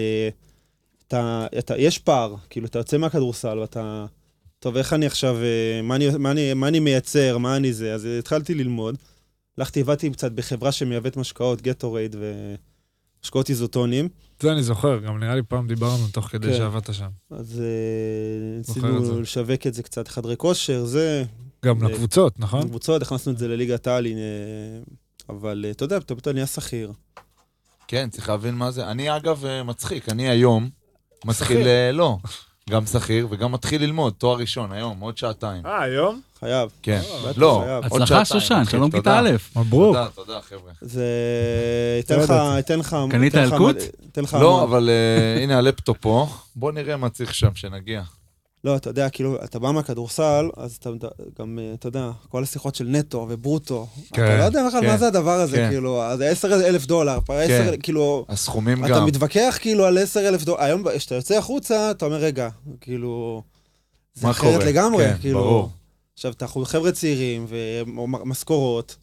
יש פער, כאילו, אתה יוצא מהכדורסל, ואתה, טוב, איך אני עכשיו, מה אני מייצר, מה אני זה? אז התחלתי ללמוד, הבאתי קצת בחברה שמייבאת משקאות, גטורייד ומשקאות איזוטונים. זה אני זוכר, גם נראה לי פעם דיברנו תוך כדי שעבדת שם. אז ניסינו לשווק את זה קצת, חדרי כושר, זה... גם לקבוצות, נכון? לקבוצות, הכנסנו את זה לליגת העל, אבל אתה יודע, פתאום נהיה שכיר. כן, צריך להבין מה זה. אני אגב מצחיק, אני היום מתחיל, לא, גם שכיר וגם מתחיל ללמוד, תואר ראשון, היום, עוד שעתיים. היום? חייב. כן, לא, עוד הצלחה שושן, שלום כיתה א'. מברוק. תודה, חבר'ה. זה ייתן לך... קנית אלקוט? לא, אבל הנה הלפטופ פה, בוא נראה מה צריך שם שנגיע. לא, אתה יודע, כאילו, אתה בא מהכדורסל, אז אתה גם, אתה יודע, כל השיחות של נטו וברוטו, אתה לא יודע בכלל מה זה הדבר הזה, כאילו, אז $10,000, כאילו, הסכומים גם. אתה מתווכח כאילו על $10,000, היום, כשאתה יוצא החוצה, אתה אומר, רגע, כאילו, זה אחרת לגמרי, כאילו, עכשיו, אתה חבר'ה צעירים, ומשכורות,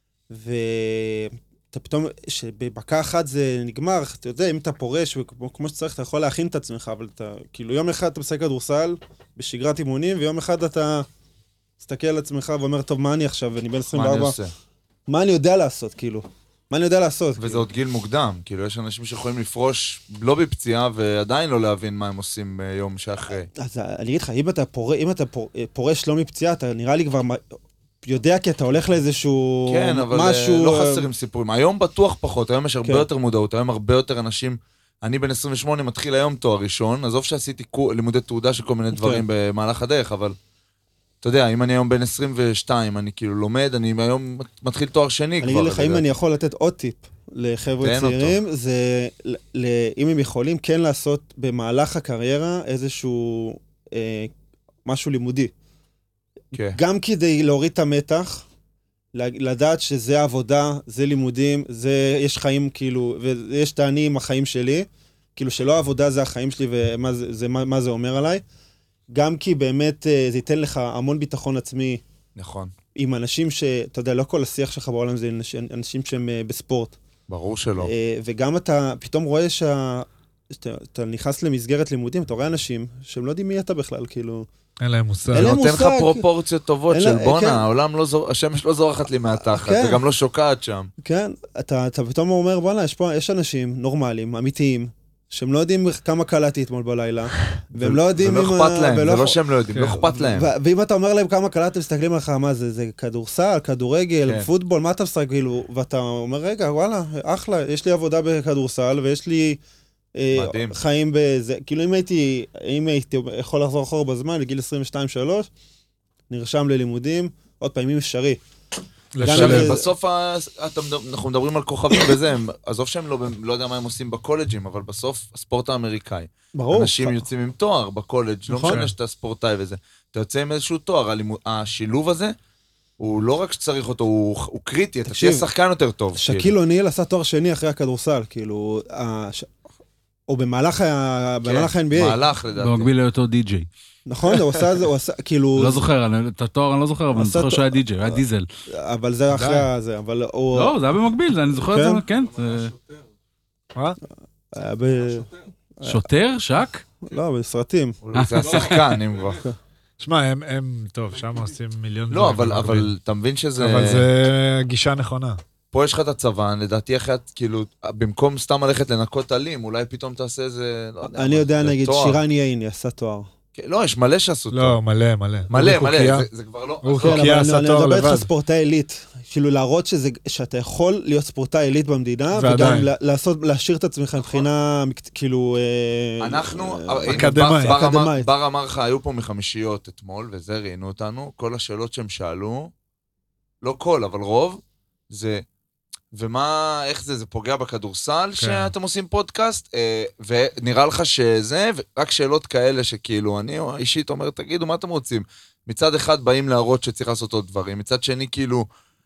אתה פתאום, שבבקה אחת זה נגמר, אתה יודע, אם אתה פורש, וכמו שצריך, אתה יכול להכין את עצמך, אבל אתה, כאילו, יום אחד אתה משחק כדורסל, בשגרת אימונים, ויום אחד אתה מסתכל על עצמך ואומר, טוב, מה אני עכשיו? אני בן 24. מה אני עושה? מה אני יודע לעשות, כאילו? מה אני יודע לעשות? וזה עוד גיל מוקדם, כאילו, יש אנשים שיכולים לפרוש לא בפציעה, ועדיין לא להבין מה הם עושים ביום שאחרי. אז אני אגיד לך, אם אתה פורש לא מפציעה, אתה נראה לי כבר... יודע כי אתה הולך לאיזשהו משהו... כן, אבל לא חסרים סיפורים. היום בטוח פחות, היום יש הרבה יותר מודעות, היום הרבה יותר אנשים... אני בן 28 מתחיל היום תואר ראשון, עזוב שעשיתי לימודי תעודה של כל מיני דברים במהלך הדרך, אבל אתה יודע, אם אני היום בן 22, אני כאילו לומד, אני היום מתחיל תואר שני כבר. אני אגיד לך, אם אני יכול לתת עוד טיפ לחבר'ה צעירים, זה אם הם יכולים כן לעשות במהלך הקריירה איזשהו משהו לימודי. גם כדי להוריד את המתח, לדעת שזה עבודה, זה לימודים, יש חיים כאילו, ויש טעני עם החיים שלי, כאילו שלא עבודה זה החיים שלי ומה זה אומר עליי, גם כי באמת זה ייתן לך המון ביטחון עצמי. נכון. עם אנשים שאתה יודע, לא כל השיח שלך בעולם זה אנשים שהם בספורט. ברור שלא. וגם אתה פתאום רואה שאתה נכנס למסגרת לימודים, אתה רואה אנשים שהם לא יודעים מי אתה בכלל, כאילו... אין להם מושג. זה נותן לך פרופורציות טובות של בונה, העולם לא השמש לא זורחת לי מהתחת, וגם לא שוקעת שם. כן, אתה פתאום אומר, בונה, יש אנשים נורמליים, אמיתיים, שהם לא יודעים כמה קלעתי אתמול בלילה, והם לא יודעים... ולא אכפת להם, זה לא שהם לא יודעים, לא אכפת להם. ואם אתה אומר להם כמה קלעתי, מסתכלים עליך, מה זה, זה כדורסל, כדורגל, פוטבול, מה אתה משחק, כאילו, ואתה אומר, רגע, וואלה, אחלה, יש לי עבודה בכדורסל, ויש לי חיים בזה, כאילו אם הייתי יכול לחזור אחורה בזמן, לגיל 22-3, נרשם ללימודים, עוד פעמים אפשרי. בסוף אנחנו מדברים על כוכבים וזה, עזוב שהם לא יודע מה הם עושים בקולג'ים, אבל בסוף הספורט האמריקאי. ברור. אנשים יוצאים עם תואר בקולג', לא משנה שאתה ספורטאי וזה. אתה יוצא עם איזשהו תואר, השילוב הזה, הוא לא רק שצריך אותו, הוא קריטי, אתה תהיה שחקן יותר טוב. שקיל אוניל עשה תואר שני אחרי הכדורסל, כאילו, או במהלך ה-NBA. מהלך לדעתי. במקביל לאותו די-ג'יי. נכון, הוא עשה, כאילו... לא זוכר, את התואר אני לא זוכר, אבל אני זוכר שהוא היה די-ג'יי, הוא היה דיזל. אבל זה אחרי זה, אבל הוא... לא, זה היה במקביל, אני זוכר את זה, כן. מה? שוטר? שק? לא, בסרטים. זה השחקן, אם כבר. שמע, הם, טוב, שם עושים מיליון... לא, אבל אתה מבין שזה... אבל זה גישה נכונה. פה יש לך את הצבא, לדעתי אחת, כאילו, במקום סתם ללכת לנקות עלים, אולי פתאום תעשה איזה... אני יודע, נגיד, שירן ייני עשה תואר. לא, יש מלא שעשו תואר. לא, מלא. מלא, זה כבר לא... קוקיה עשה תואר לבד. אני מדבר איתך ספורטאי עילית. כאילו להראות שאתה יכול להיות ספורטאי עילית במדינה, וגם להשאיר את עצמך מבחינה, כאילו... אנחנו... אקדמאי. בר אמר לך, היו פה מחמישיות אתמול, וזה ראינו אותנו, כל השאלות שהם שאלו, לא כל, אבל רוב, זה... ומה, איך זה פוגע בכדורסל שאתם עושים פודקאסט, ונראה לך שזה, רק שאלות כאלה שכאילו, אני אישית אומר, תגידו, מה אתם רוצים? מצד אחד באים להראות שצריך לעשות עוד דברים, מצד שני כאילו...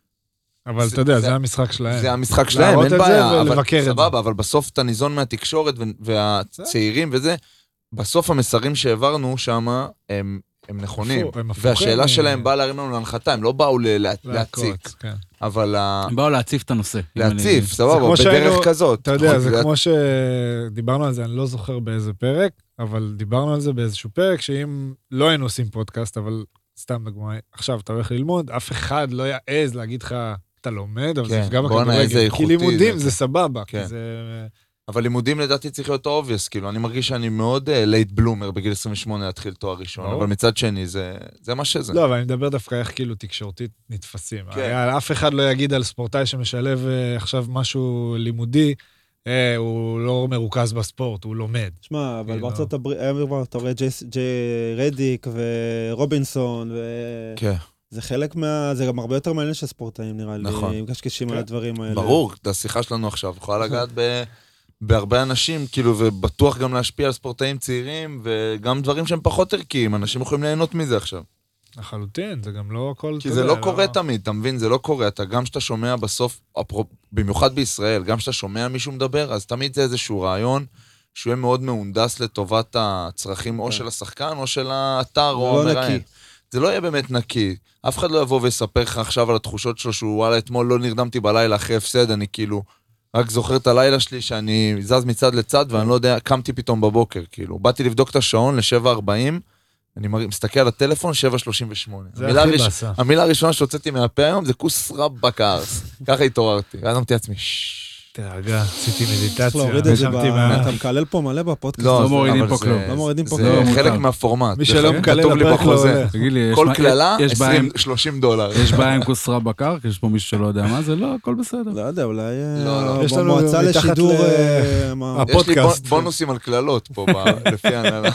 אבל אתה יודע, זה המשחק שלהם. זה המשחק שלהם, אין בעיה, סבבה, אבל בסוף אתה ניזון מהתקשורת והצעירים וזה, בסוף המסרים שהעברנו שם, הם נכונים, והשאלה שלהם באה להרים לנו להנחתה, הם לא באו להציק, אבל... הם באו להציף את הנושא. להציף, סבבה, בדרך כזאת. אתה יודע, זה כמו שדיברנו על זה, אני לא זוכר באיזה פרק, אבל דיברנו על זה באיזשהו פרק, שאם לא היינו עושים פודקאסט, אבל סתם דוגמה, עכשיו אתה הולך ללמוד, אף אחד לא יעז להגיד לך, אתה לומד, אבל זה יפגע בכדורגל, כי לימודים זה סבבה, אבל לימודים לדעתי צריך להיות obvious, כאילו, אני מרגיש שאני מאוד לייט בלומר בגיל 28 להתחיל תואר ראשון, אבל מצד שני, זה מה שזה. לא, אבל אני מדבר דווקא איך כאילו תקשורתית נתפסים. אף אחד לא יגיד על ספורטאי שמשלב עכשיו משהו לימודי, הוא לא מרוכז בספורט, הוא לומד. שמע, אבל בארצות הברית, אתה רואה ג'יי רדיק ורובינסון, זה חלק זה גם הרבה יותר מעניין של ספורטאים, נראה לי, עם קשקשים על הדברים האלה. ברור, השיחה שלנו עכשיו יכולה לגעת בהרבה אנשים, כאילו, ובטוח גם להשפיע על ספורטאים צעירים, וגם דברים שהם פחות ערכיים, אנשים יכולים ליהנות מזה עכשיו. לחלוטין, זה גם לא הכל... כי זה לא קורה תמיד, אתה מבין, זה לא קורה, אתה גם שאתה שומע בסוף, במיוחד בישראל, גם שאתה שומע מישהו מדבר, אז תמיד זה איזשהו רעיון, שהוא יהיה מאוד מהונדס לטובת הצרכים או של השחקן, או של האתר, או המראיין. זה לא יהיה באמת נקי. אף אחד לא יבוא ויספר לך עכשיו על התחושות שלו, שהוא וואלה, אתמול לא נרדמתי בלילה אחרי הפסד, אני כאילו רק זוכר את הלילה שלי שאני זז מצד לצד, ואני לא יודע, קמתי פתאום בבוקר, כאילו. באתי לבדוק את השעון ל-7:40, אני מסתכל על הטלפון, 7:38. המילה הראשונה שהוצאתי מהפה היום, זה כוס רבק הארס. ככה התעוררתי. ואז אמרתי לעצמי, תרגע, עשיתי מדיטציה. צריך להוריד את זה, אתה מקלל פה מלא בפודקאסט. לא מורידים פה כלום. לא מורידים פה כלום. זה חלק מהפורמט. מי שלא מקלל לפרק לא עולה. כל כללה, $20-30. יש בעיה עם כוס רבקר, כי יש פה מישהו שלא יודע מה זה, לא, הכל בסדר. לא יודע, אולי... יש לנו מועצה לשידור... יש לי בונוסים על כללות פה, לפי ההנהלה.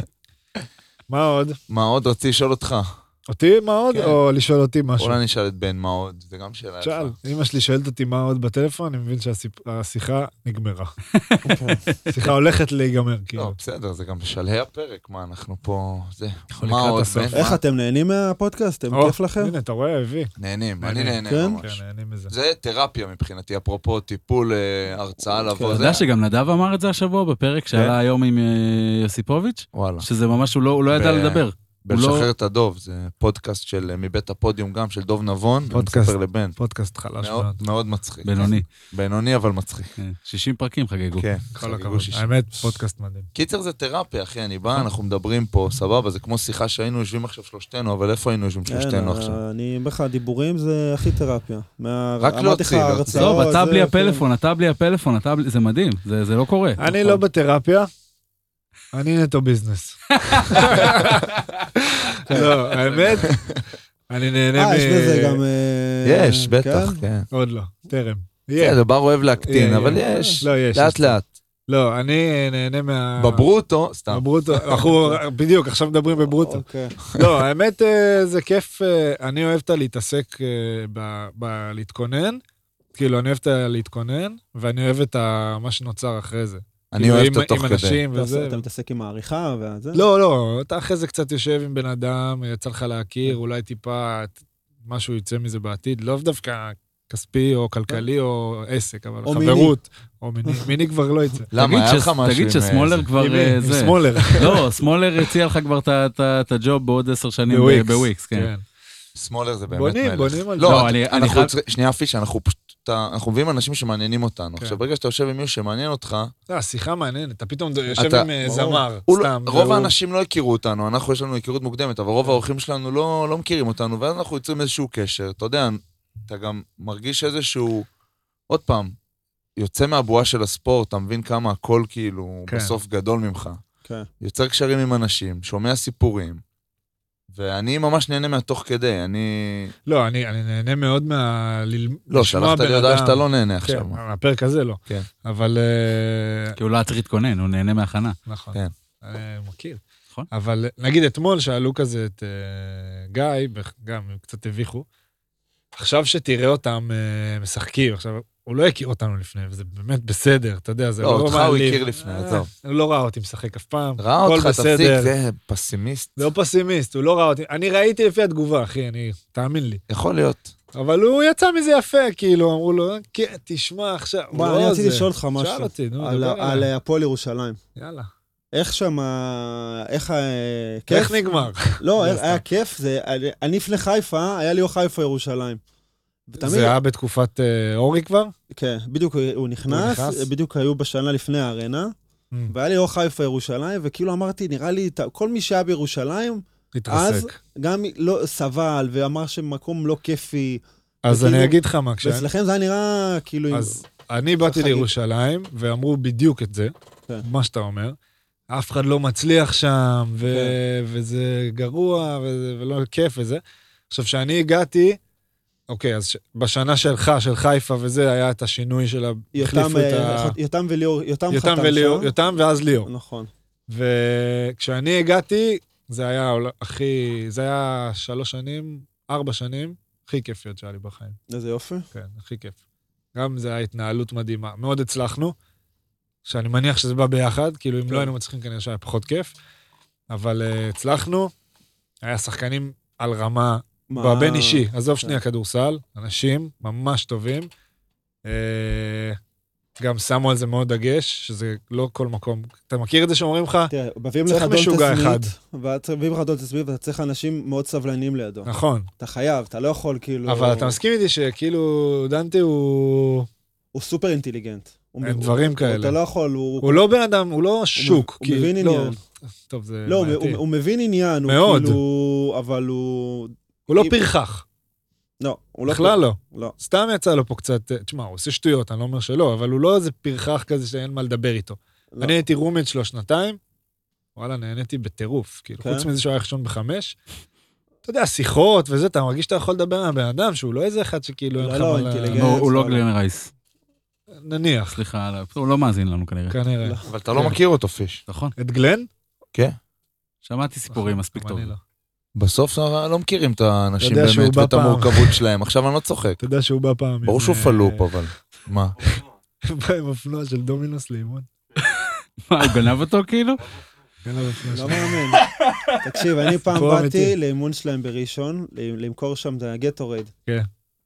מה עוד? רציתי לשאול אותך. אותי מה עוד, או לשאול אותי משהו? אולי נשאל את בן מה עוד, זה גם שאלה. שאל, אמא שלי שואלת אותי מה עוד בטלפון, אני מבין שהשיחה נגמרה. השיחה הולכת להיגמר, כאילו. לא, בסדר, זה גם בשלהי הפרק, מה אנחנו פה, זה. מה עוד? איך אתם נהנים מהפודקאסט? אתם כיף לכם? הנה, אתה רואה, הביא. נהנים, אני נהנה ממש. כן, נהנים מזה. זה תרפיה מבחינתי, אפרופו טיפול, הרצאה לבוא. אתה יודע שגם נדב אמר את זה השבוע בפרק שעלה היום עם יוסיפוביץ'? וואלה. שזה ממש, הוא לא ידע לדבר. בלשחרר את הדוב, זה פודקאסט של מבית הפודיום גם, של דוב נבון, פודקאסט, לבן. פודקאסט חלש מאוד. מאוד מצחיק. בינוני, אבל מצחיק. 60 פרקים חגגו. כן, כל הכבוד. האמת, פודקאסט מדהים. קיצר זה תרפיה, אחי, אני בא, אנחנו מדברים פה, סבבה, זה כמו שיחה שהיינו יושבים עכשיו שלושתנו, אבל איפה היינו יושבים שלושתנו עכשיו? אני אומר לך, הדיבורים זה הכי תרפיה. רק להוציא. טוב, אתה בלי הפלאפון, זה מדהים, זה לא קורה. אני לא בתרפיה. אני נטו ביזנס. לא, האמת, אני נהנה יש בזה גם... יש, בטח, כן. עוד לא, טרם. כן, דבר אוהב להקטין, אבל יש. לא, יש. לאט לאט. לא, אני נהנה בברוטו, סתם. בברוטו, אנחנו בדיוק, עכשיו מדברים בברוטו. לא, האמת זה כיף, אני אוהב את להתעסק בלהתכונן, כאילו אני אוהב את להתכונן, ואני אוהב את מה שנוצר אחרי זה. אני אוהב את התוך כדי. אתה מתעסק עם העריכה וזה? לא, אתה אחרי זה קצת יושב עם בן אדם, יצא לך להכיר, אולי טיפה משהו יצא מזה בעתיד, לא דווקא כספי או כלכלי או עסק, אבל חברות, או מיני כבר לא יצא. למה, היה לך משהו? תגיד שסמולר כבר זה. סמולר. לא, סמולר הציע לך כבר את הג'וב בעוד 10 שנים בוויקס, כן. סמולר זה באמת מלך. בונים על זה. לא, שנייה פיש, אנחנו מביאים אנשים שמעניינים אותנו. עכשיו, ברגע שאתה יושב עם מישהו שמעניין אותך... לא, שיחה מעניינת, אתה פתאום יושב עם זמר, סתם. רוב האנשים לא הכירו אותנו, אנחנו יש לנו היכרות מוקדמת, אבל רוב האורחים שלנו לא מכירים אותנו, ואז אנחנו יוצרים איזשהו קשר. אתה יודע, אתה גם מרגיש איזשהו... עוד פעם, יוצא מהבועה של הספורט, אתה מבין כמה הכל כאילו בסוף גדול ממך. יוצר קשרים עם אנשים, שומע סיפורים. ואני ממש נהנה מהתוך כדי, לא, אני נהנה מאוד לא, שלחת לי יודעה שאתה לא נהנה עכשיו. כן, הפרק הזה לא. כן. אבל... כי הוא לא צריך להתכונן, הוא נהנה מהכנה. נכון. כן. אני מכיר. נכון. אבל נגיד אתמול שאלו כזה את גיא, גם הם קצת הביכו, עכשיו שתראה אותם משחקים, עכשיו... הוא לא הכיר אותנו לפני, וזה באמת בסדר, אתה יודע, זה לא מעליב. לא, אותך הוא הכיר לפני, עזוב. הוא לא ראה אותי משחק אף פעם, ראה אותך, תפסיק, זה פסימיסט. לא פסימיסט, הוא לא ראה אותי. אני ראיתי לפי התגובה, אחי, תאמין לי. יכול להיות. אבל הוא יצא מזה יפה, כאילו, אמרו לו, כן, תשמע עכשיו. בוא, אני רציתי לשאול אותך משהו. שאל אותי, נו, על הפועל ירושלים. יאללה. איך שמה, איך כיף? איך נגמר? לא, היה כיף, אני לפני חיפה, היה לי או חיפה ירושלים. זה היה בתקופת אורי כבר? כן, בדיוק הוא נכנס, בדיוק היו בשנה לפני הארנה, והיה לי או חיפה ירושלים, וכאילו אמרתי, נראה לי, כל מי שהיה בירושלים, אז גם לא סבל, ואמר שמקום לא כיפי. אז אני אגיד לך מה, ואצלכם זה היה נראה כאילו... אז אני באתי לירושלים, ואמרו בדיוק את זה, מה שאתה אומר, אף אחד לא מצליח שם, וזה גרוע, ולא כיף וזה. עכשיו, שאני הגעתי, אוקיי, אז בשנה שלך, של חיפה וזה, היה את השינוי של יותם וליאור, יותם ואז ליאור. נכון. וכשאני הגעתי, זה היה 3 שנים, 4 שנים, הכי כיפיות שהיה לי בחיים. איזה יופי. כן, הכי כיף. גם זה היה התנהלות מדהימה. מאוד הצלחנו, שאני מניח שזה בא ביחד, כאילו אם לא היינו מצליחים כנראה שהיה פחות כיף, אבל הצלחנו, היה שחקנים על רמה, בבין אישי, עזוב שנייה כדורסל, אנשים ממש טובים, גם שמו על זה מאוד דגש, שזה לא כל מקום, אתה מכיר את זה שאומרים לך? צריך משוגע אחד. מביאים לך דון תסמית, ואתה צריך אנשים מאוד סבלניים לידו. נכון. אתה חייב, אתה לא יכול כאילו... אבל אתה מסכים איתי שכאילו דנטי הוא... הוא סופר אינטליגנט. אין דברים כאלה. אתה לא יכול, הוא לא בן אדם, הוא לא שוק. הוא מבין עניין. טוב, זה... לא, הוא מבין עניין, מאוד. אבל הוא... הוא לא פרחח. לא, הוא לא... בכלל לא. סתם יצא לו פה קצת, תשמע, הוא עושה שטויות, אני לא אומר שלא, אבל הוא לא איזה פרחח כזה שאין מה לדבר איתו. אני הייתי רומד שלו 2, וואלה, נהניתי בטירוף. כאילו, חוץ מזה שהוא היה חשון ב5, אתה יודע, שיחות וזה, אתה מרגיש שאתה יכול לדבר מהבן אדם, שהוא לא איזה אחד שכאילו... הוא לא גלן רייס. נניח. סליחה, הוא לא מאזין לנו כנראה. כנראה. אבל אתה לא מכיר אותו, פיש. נכון. את גלן? כן. שמעתי סיפורים מספיק טוב. בסוף לא מכירים את האנשים באמת ואת המורכבות שלהם. עכשיו אני לא צוחק. אתה יודע שהוא בא פעם. ברור שהוא פלופ, אבל... מה? בא עם אופנוע של דומינוס לאימון. מה, הוא גנב אותו כאילו? לא מאמן. תקשיב, אני פעם באתי לאימון שלהם בראשון, למכור שם את הגטורייד. כן.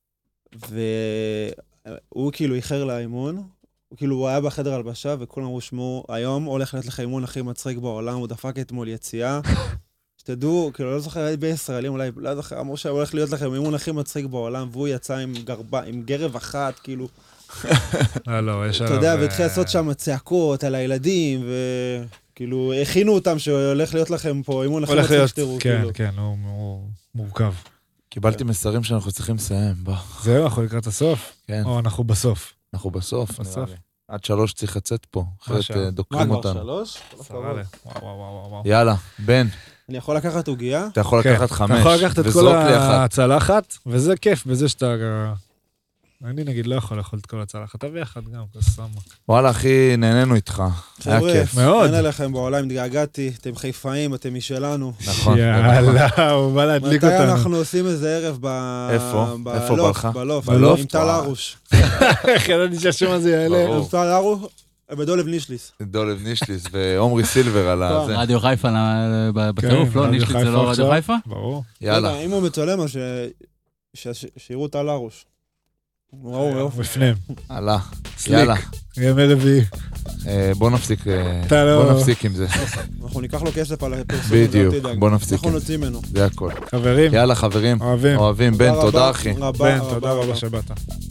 והוא כאילו איחר לאימון, הוא היה בחדר הלבשה, וכולם אמרו, שמו, היום הולך להיות לך אימון הכי מצחיק בעולם, הוא דפק אתמול יציאה. שתדעו, כאילו, לא זוכר, בישראלים, אולי, לא זוכר, אמרו שהולך להיות לכם אימון הכי מצחיק בעולם, והוא יצא עם גרב אחת, כאילו... לא, יש אתה יודע, והתחיל לעשות שם צעקות על הילדים, וכאילו, הכינו אותם שהולך להיות לכם פה אימון הכי מצחיק שתראו, כאילו. כן, הוא מורכב. קיבלתי מסרים שאנחנו צריכים לסיים, בוא. זהו, אנחנו לקראת הסוף? כן. או אנחנו בסוף? אנחנו בסוף. עד 3 צריך לצאת פה, אחרת דוקרים אותנו. מה, כבר 3? וואו. יאללה, בן. אני יכול לקחת עוגיה? אתה יכול לקחת 5. אתה יכול לקחת את כל הצלחת, וזה כיף, בזה שאתה... אני נגיד לא יכול לאכול את כל הצלחת, אתה ביחד גם, כוס עמוק. וואלה, אחי, נהנינו איתך. היה כיף. מאוד. אין עליכם בעולם, התגעגעתי, אתם חיפאים, אתם משלנו. נכון. יאללה, הוא בא להדליק אותנו. מתי אנחנו עושים איזה ערב איפה בא לך? בלוף, עם טל ארוש. איך ידעתי שהשם הזה יעלה? ברור. עם טל ארוש, בדולב נישליס. דולב נישליס ועומרי סילבר על הזה. רדיו חיפה בטירוף, לא? נישליס זה לא רדיו חיפה? ברור. יאללה. אם הוא מצלם, אז שיראו טל ארוש. הוא בפנים. הלאה. יאללה. ימי רביעי. בוא נפסיק עם זה. אנחנו ניקח לו כסף על הפרסום. בדיוק, בוא נפסיק. אנחנו נוציא ממנו. זה הכל. חברים. יאללה, חברים. אוהבים. בן, תודה אחי. בן, תודה רבה שבאת.